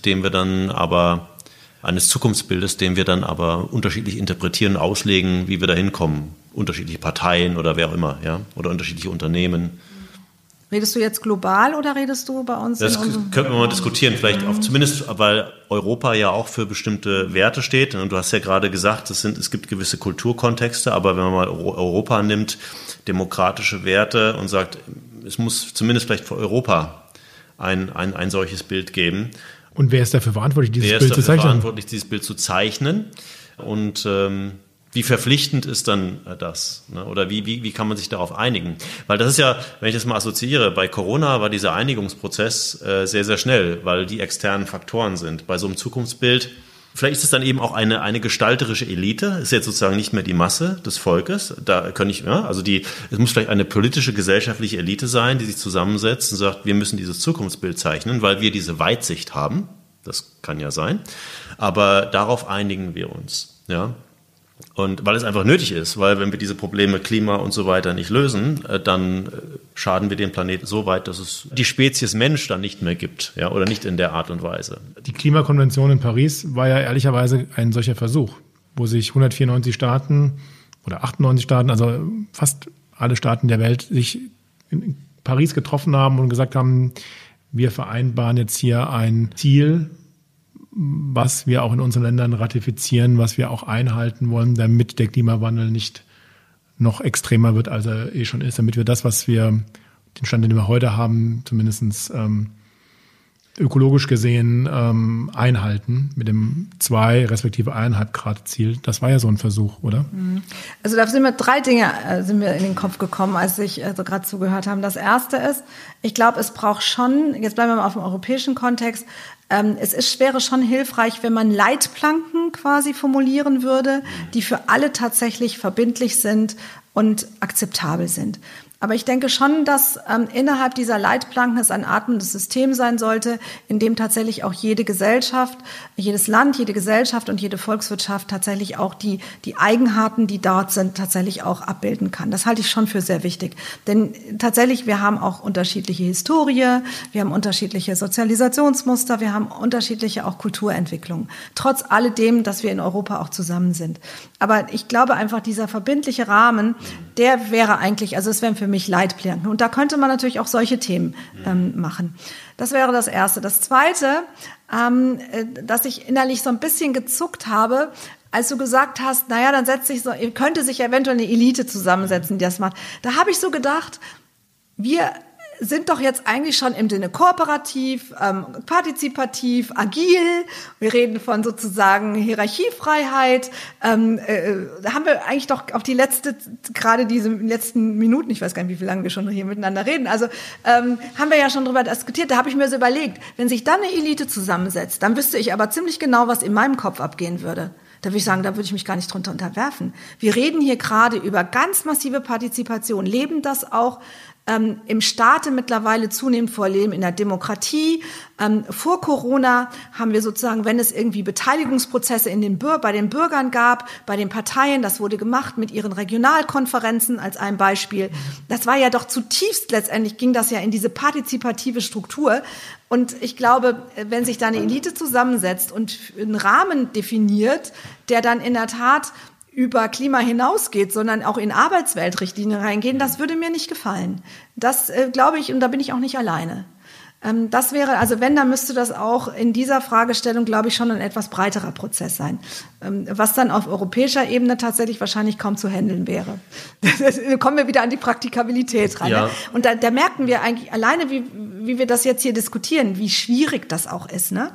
eines Zukunftsbildes, den wir dann aber unterschiedlich interpretieren und auslegen, wie wir da hinkommen. Unterschiedliche Parteien oder wer auch immer, ja, oder unterschiedliche Unternehmen. Redest du jetzt global oder redest du bei uns? Das könnten wir mal diskutieren, vielleicht auch zumindest, weil Europa ja auch für bestimmte Werte steht. Und du hast ja gerade gesagt, es gibt gewisse Kulturkontexte, aber wenn man mal Europa nimmt, demokratische Werte und sagt, es muss zumindest vielleicht für Europa ein solches Bild geben. Und wer ist dafür verantwortlich, dieses Bild zu zeichnen? Wer ist dafür verantwortlich, dieses Bild zu zeichnen? Und wie verpflichtend ist dann das? Ne? Oder wie kann man sich darauf einigen? Weil das ist ja, wenn ich das mal assoziiere, bei Corona war dieser Einigungsprozess sehr, sehr schnell, weil die externen Faktoren sind. Bei so einem Zukunftsbild, vielleicht ist es dann eben auch eine gestalterische Elite, ist jetzt sozusagen nicht mehr die Masse des Volkes. Es muss vielleicht eine politische, gesellschaftliche Elite sein, die sich zusammensetzt und sagt, wir müssen dieses Zukunftsbild zeichnen, weil wir diese Weitsicht haben. Das kann ja sein. Aber darauf einigen wir uns, ja. Und weil es einfach nötig ist, weil wenn wir diese Probleme Klima und so weiter nicht lösen, dann schaden wir dem Planeten so weit, dass es die Spezies Mensch dann nicht mehr gibt, ja, oder nicht in der Art und Weise. Die Klimakonvention in Paris war ja ehrlicherweise ein solcher Versuch, wo sich 194 Staaten oder 98 Staaten, also fast alle Staaten der Welt, sich in Paris getroffen haben und gesagt haben, wir vereinbaren jetzt hier ein Ziel, was wir auch in unseren Ländern ratifizieren, was wir auch einhalten wollen, damit der Klimawandel nicht noch extremer wird, als er eh schon ist, damit wir das, den Stand, den wir heute haben, zumindest ökologisch gesehen einhalten, mit dem 2 respektive 1,5 Grad Ziel. Das war ja so ein Versuch, oder? Also da sind mir 3 Dinge in den Kopf gekommen, als ich gerade zugehört habe. Das erste ist, ich glaube, es braucht schon, jetzt bleiben wir mal auf dem europäischen Kontext, wäre schon hilfreich, wenn man Leitplanken quasi formulieren würde, die für alle tatsächlich verbindlich sind und akzeptabel sind. Aber ich denke schon, dass innerhalb dieser Leitplanken es ein atmendes System sein sollte, in dem tatsächlich auch jede Gesellschaft, jedes Land, jede Gesellschaft und jede Volkswirtschaft tatsächlich auch die Eigenarten, die dort sind, tatsächlich auch abbilden kann. Das halte ich schon für sehr wichtig. Denn tatsächlich, wir haben auch unterschiedliche Historie, wir haben unterschiedliche Sozialisationsmuster, wir haben unterschiedliche auch Kulturentwicklungen. Trotz alledem, dass wir in Europa auch zusammen sind. Aber ich glaube einfach, dieser verbindliche Rahmen, der wäre eigentlich, also es wären für mich Leitplanken. Und da könnte man natürlich auch solche Themen machen. Das wäre das Erste. Das Zweite, dass ich innerlich so ein bisschen gezuckt habe, als du gesagt hast, naja, dann könnte sich eventuell eine Elite zusammensetzen, die das macht. Da habe ich so gedacht, wir sind doch jetzt eigentlich schon im Sinne kooperativ, partizipativ, agil. Wir reden von sozusagen Hierarchiefreiheit. Da haben wir eigentlich doch auf gerade diese letzten Minuten, ich weiß gar nicht, wie lange wir schon hier miteinander reden, also haben wir ja schon drüber diskutiert. Da habe ich mir so überlegt, wenn sich dann eine Elite zusammensetzt, dann wüsste ich aber ziemlich genau, was in meinem Kopf abgehen würde. Da würde ich sagen, da würde ich mich gar nicht drunter unterwerfen. Wir reden hier gerade über ganz massive Partizipation, leben das auch im Staate mittlerweile zunehmend vorleben, in der Demokratie. Vor Corona haben wir sozusagen, wenn es irgendwie Beteiligungsprozesse bei den Bürgern gab, bei den Parteien, das wurde gemacht mit ihren Regionalkonferenzen als ein Beispiel. Das war ja doch zutiefst, letztendlich ging das ja in diese partizipative Struktur. Und ich glaube, wenn sich da eine Elite zusammensetzt und einen Rahmen definiert, der dann in der Tat über Klima hinausgeht, sondern auch in Arbeitsweltrichtlinien reingehen, das würde mir nicht gefallen. Das glaube ich, und da bin ich auch nicht alleine. Das wäre, also wenn, dann müsste das auch in dieser Fragestellung, glaube ich, schon ein etwas breiterer Prozess sein, was dann auf europäischer Ebene tatsächlich wahrscheinlich kaum zu handeln wäre. Da kommen wir wieder an die Praktikabilität ran. Ja. Ne? Und da merken wir eigentlich alleine, wie wir das jetzt hier diskutieren, wie schwierig das auch ist. Ne?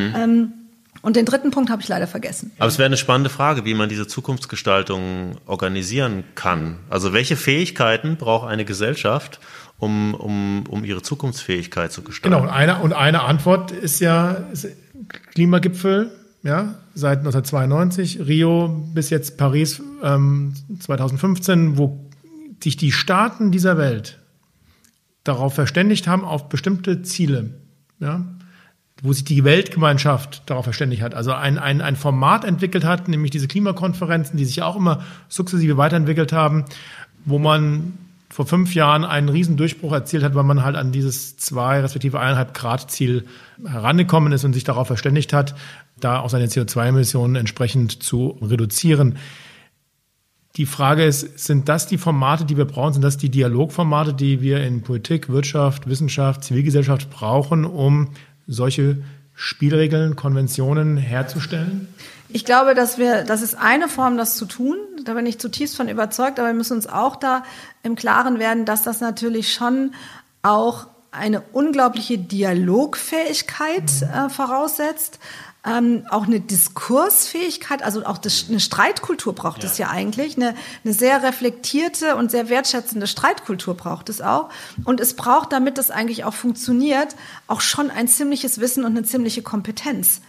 Und den dritten Punkt habe ich leider vergessen. Aber es wäre eine spannende Frage, wie man diese Zukunftsgestaltung organisieren kann. Also welche Fähigkeiten braucht eine Gesellschaft, um ihre Zukunftsfähigkeit zu gestalten? Genau, und eine Antwort ist ja Klimagipfel, ja, seit 1992, Rio bis jetzt Paris 2015, wo sich die Staaten dieser Welt darauf verständigt haben, auf bestimmte Ziele, ja, wo sich die Weltgemeinschaft darauf verständigt hat, also ein Format entwickelt hat, nämlich diese Klimakonferenzen, die sich auch immer sukzessive weiterentwickelt haben, wo man vor 5 Jahren einen riesen Durchbruch erzielt hat, weil man halt an dieses 2 respektive 1,5 Grad Ziel herangekommen ist und sich darauf verständigt hat, da auch seine CO2-Emissionen entsprechend zu reduzieren. Die Frage ist, sind das die Formate, die wir brauchen? Sind das die Dialogformate, die wir in Politik, Wirtschaft, Wissenschaft, Zivilgesellschaft brauchen, um solche Spielregeln, Konventionen herzustellen? Ich glaube, das ist eine Form, das zu tun. Da bin ich zutiefst von überzeugt. Aber wir müssen uns auch da im Klaren werden, dass das natürlich schon auch eine unglaubliche Dialogfähigkeit voraussetzt. Auch eine Diskursfähigkeit, also auch eine Streitkultur braucht es ja eigentlich. Eine sehr reflektierte und sehr wertschätzende Streitkultur braucht es auch. Und es braucht, damit das eigentlich auch funktioniert, auch schon ein ziemliches Wissen und eine ziemliche Kompetenz.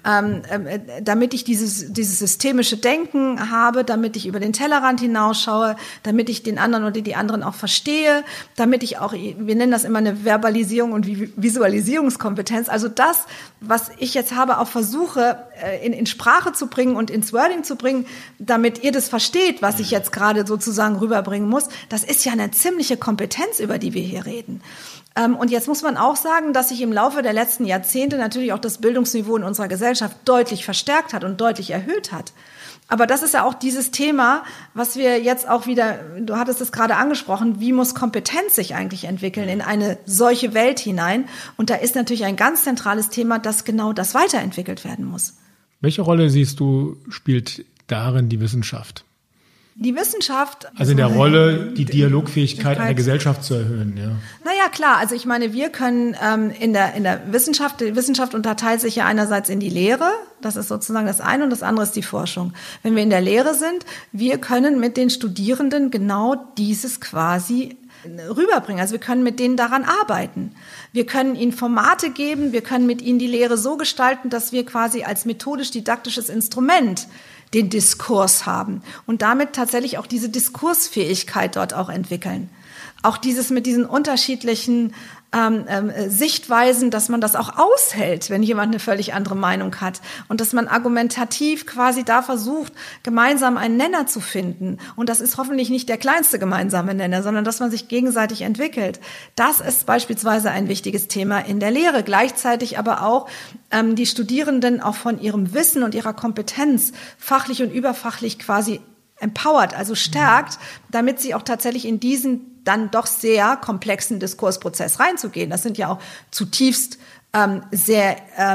Damit ich dieses systemische Denken habe, damit ich über den Tellerrand hinausschaue, damit ich den anderen oder die anderen auch verstehe, damit ich auch, wir nennen das immer eine Verbalisierung und Visualisierungskompetenz, also das, was ich jetzt habe, auch versuche in Sprache zu bringen und ins Wording zu bringen, damit ihr das versteht, was ich jetzt gerade sozusagen rüberbringen muss. Das ist ja eine ziemliche Kompetenz, über die wir hier reden. Und jetzt muss man auch sagen, dass sich im Laufe der letzten Jahrzehnte natürlich auch das Bildungsniveau in unserer Gesellschaft deutlich verstärkt hat und deutlich erhöht hat. Aber das ist ja auch dieses Thema, was wir jetzt auch wieder, du hattest es gerade angesprochen, wie muss Kompetenz sich eigentlich entwickeln in eine solche Welt hinein? Und da ist natürlich ein ganz zentrales Thema, dass genau das weiterentwickelt werden muss. Welche Rolle siehst du, spielt darin die Wissenschaft? Die Wissenschaft... Also in der Rolle, die Dialogfähigkeit einer Gesellschaft zu erhöhen, ja. Naja, klar. Also ich meine, wir können in der Wissenschaft, die Wissenschaft unterteilt sich ja einerseits in die Lehre, das ist sozusagen das eine, und das andere ist die Forschung. Wenn wir in der Lehre sind, wir können mit den Studierenden genau dieses quasi rüberbringen. Also wir können mit denen daran arbeiten. Wir können ihnen Formate geben, wir können mit ihnen die Lehre so gestalten, dass wir quasi als methodisch-didaktisches Instrument den Diskurs haben und damit tatsächlich auch diese Diskursfähigkeit dort auch entwickeln. Auch dieses mit diesen unterschiedlichen Sichtweisen, dass man das auch aushält, wenn jemand eine völlig andere Meinung hat und dass man argumentativ quasi da versucht, gemeinsam einen Nenner zu finden. Und das ist hoffentlich nicht der kleinste gemeinsame Nenner, sondern dass man sich gegenseitig entwickelt. Das ist beispielsweise ein wichtiges Thema in der Lehre. Gleichzeitig aber auch die Studierenden auch von ihrem Wissen und ihrer Kompetenz fachlich und überfachlich quasi empowert, also stärkt, damit sie auch tatsächlich in diesen dann doch sehr komplexen Diskursprozess reinzugehen. Das sind ja auch zutiefst sehr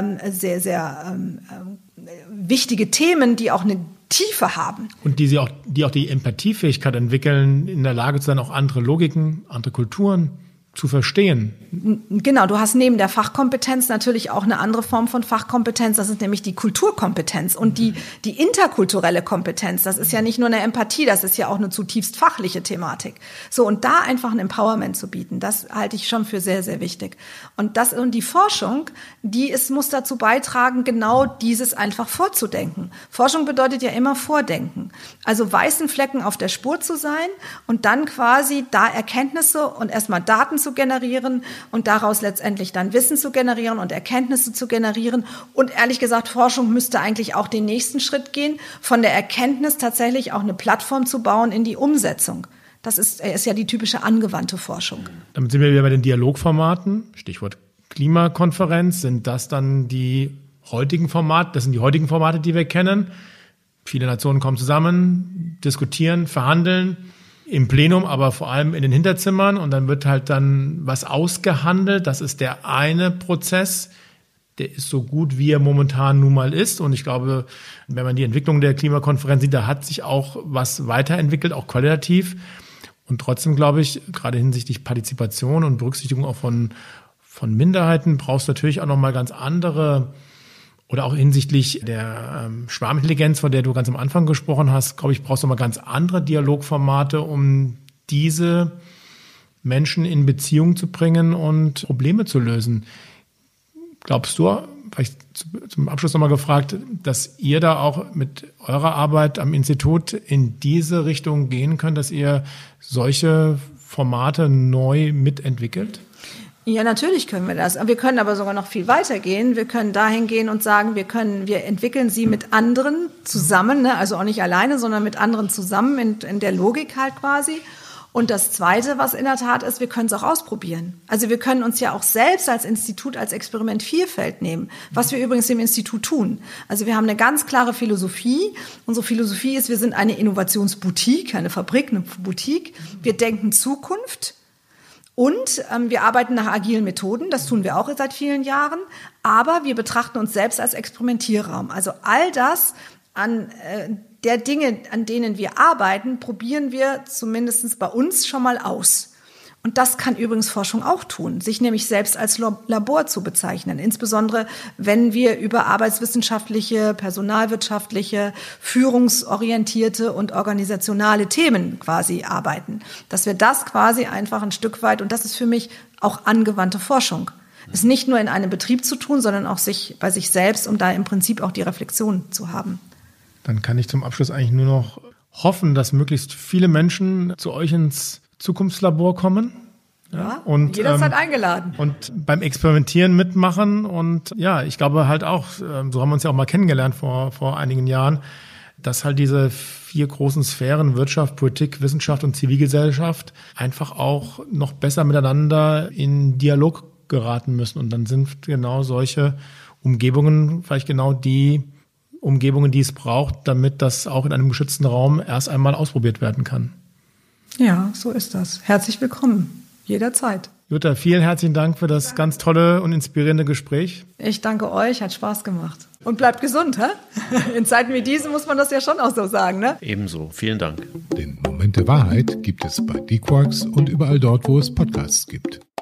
wichtige Themen, die auch eine Tiefe haben. Und die auch die Empathiefähigkeit entwickeln, in der Lage zu sein, auch andere Logiken, andere Kulturen zu verstehen. Genau, du hast neben der Fachkompetenz natürlich auch eine andere Form von Fachkompetenz, das ist nämlich die Kulturkompetenz und die interkulturelle Kompetenz. Das ist ja nicht nur eine Empathie, das ist ja auch eine zutiefst fachliche Thematik. So, und da einfach ein Empowerment zu bieten, das halte ich schon für sehr, sehr wichtig. Und die Forschung, muss dazu beitragen, genau dieses einfach vorzudenken. Forschung bedeutet ja immer Vordenken. Also weißen Flecken auf der Spur zu sein und dann quasi da Erkenntnisse und erstmal Daten zu generieren und daraus letztendlich dann Wissen zu generieren und Erkenntnisse zu generieren. Und ehrlich gesagt, Forschung müsste eigentlich auch den nächsten Schritt gehen, von der Erkenntnis tatsächlich auch eine Plattform zu bauen in die Umsetzung. Das ist ja die typische angewandte Forschung. Damit sind wir wieder bei den Dialogformaten. Stichwort Klimakonferenz. Sind das dann die heutigen Formate? Das sind die heutigen Formate, die wir kennen. Viele Nationen kommen zusammen, diskutieren, verhandeln. Im Plenum, aber vor allem in den Hinterzimmern und dann wird halt dann was ausgehandelt. Das ist der eine Prozess, der ist so gut, wie er momentan nun mal ist. Und ich glaube, wenn man die Entwicklung der Klimakonferenz sieht, da hat sich auch was weiterentwickelt, auch qualitativ. Und trotzdem glaube ich, gerade hinsichtlich Partizipation und Berücksichtigung auch von Minderheiten brauchst du natürlich auch nochmal ganz andere. Oder auch hinsichtlich der Schwarmintelligenz, von der du ganz am Anfang gesprochen hast, glaube ich, brauchst du mal ganz andere Dialogformate, um diese Menschen in Beziehung zu bringen und Probleme zu lösen. Glaubst du, vielleicht zum Abschluss nochmal gefragt, dass ihr da auch mit eurer Arbeit am Institut in diese Richtung gehen könnt, dass ihr solche Formate neu mitentwickelt? Ja, natürlich können wir das. Wir können aber sogar noch viel weiter gehen. Wir können dahin gehen und sagen, wir entwickeln sie mit anderen zusammen, ne? Also auch nicht alleine, sondern mit anderen zusammen in der Logik halt quasi. Und das Zweite, was in der Tat ist, wir können es auch ausprobieren. Also wir können uns ja auch selbst als Institut, als Experiment Vielfalt nehmen, was wir übrigens im Institut tun. Also wir haben eine ganz klare Philosophie. Unsere Philosophie ist, wir sind eine Innovationsboutique, eine Fabrik, eine Boutique. Wir denken Zukunft. Und wir arbeiten nach agilen Methoden, das tun wir auch seit vielen Jahren, aber wir betrachten uns selbst als Experimentierraum. Also all das an der Dinge, an denen wir arbeiten, probieren wir zumindest bei uns schon mal aus. Und das kann übrigens Forschung auch tun, sich nämlich selbst als Labor zu bezeichnen. Insbesondere, wenn wir über arbeitswissenschaftliche, personalwirtschaftliche, führungsorientierte und organisationale Themen quasi arbeiten. Dass wir das quasi einfach ein Stück weit, und das ist für mich auch angewandte Forschung, ist nicht nur in einem Betrieb zu tun, sondern auch bei sich selbst, um da im Prinzip auch die Reflexion zu haben. Dann kann ich zum Abschluss eigentlich nur noch hoffen, dass möglichst viele Menschen zu euch ins Zukunftslabor kommen. Ja, und jederzeit eingeladen. Und beim Experimentieren mitmachen. Und ja, ich glaube halt auch, so haben wir uns ja auch mal kennengelernt vor einigen Jahren, dass halt diese 4 großen Sphären, Wirtschaft, Politik, Wissenschaft und Zivilgesellschaft, einfach auch noch besser miteinander in Dialog geraten müssen. Und dann sind genau solche Umgebungen vielleicht genau die Umgebungen, die es braucht, damit das auch in einem geschützten Raum erst einmal ausprobiert werden kann. Ja, so ist das. Herzlich willkommen, jederzeit. Jutta, vielen herzlichen Dank für das ganz tolle und inspirierende Gespräch. Ich danke euch, hat Spaß gemacht. Und bleibt gesund, hä? In Zeiten wie diesen muss man das ja schon auch so sagen, ne? Ebenso, vielen Dank. Den Moment der Wahrheit gibt es bei D-Quarks und überall dort, wo es Podcasts gibt.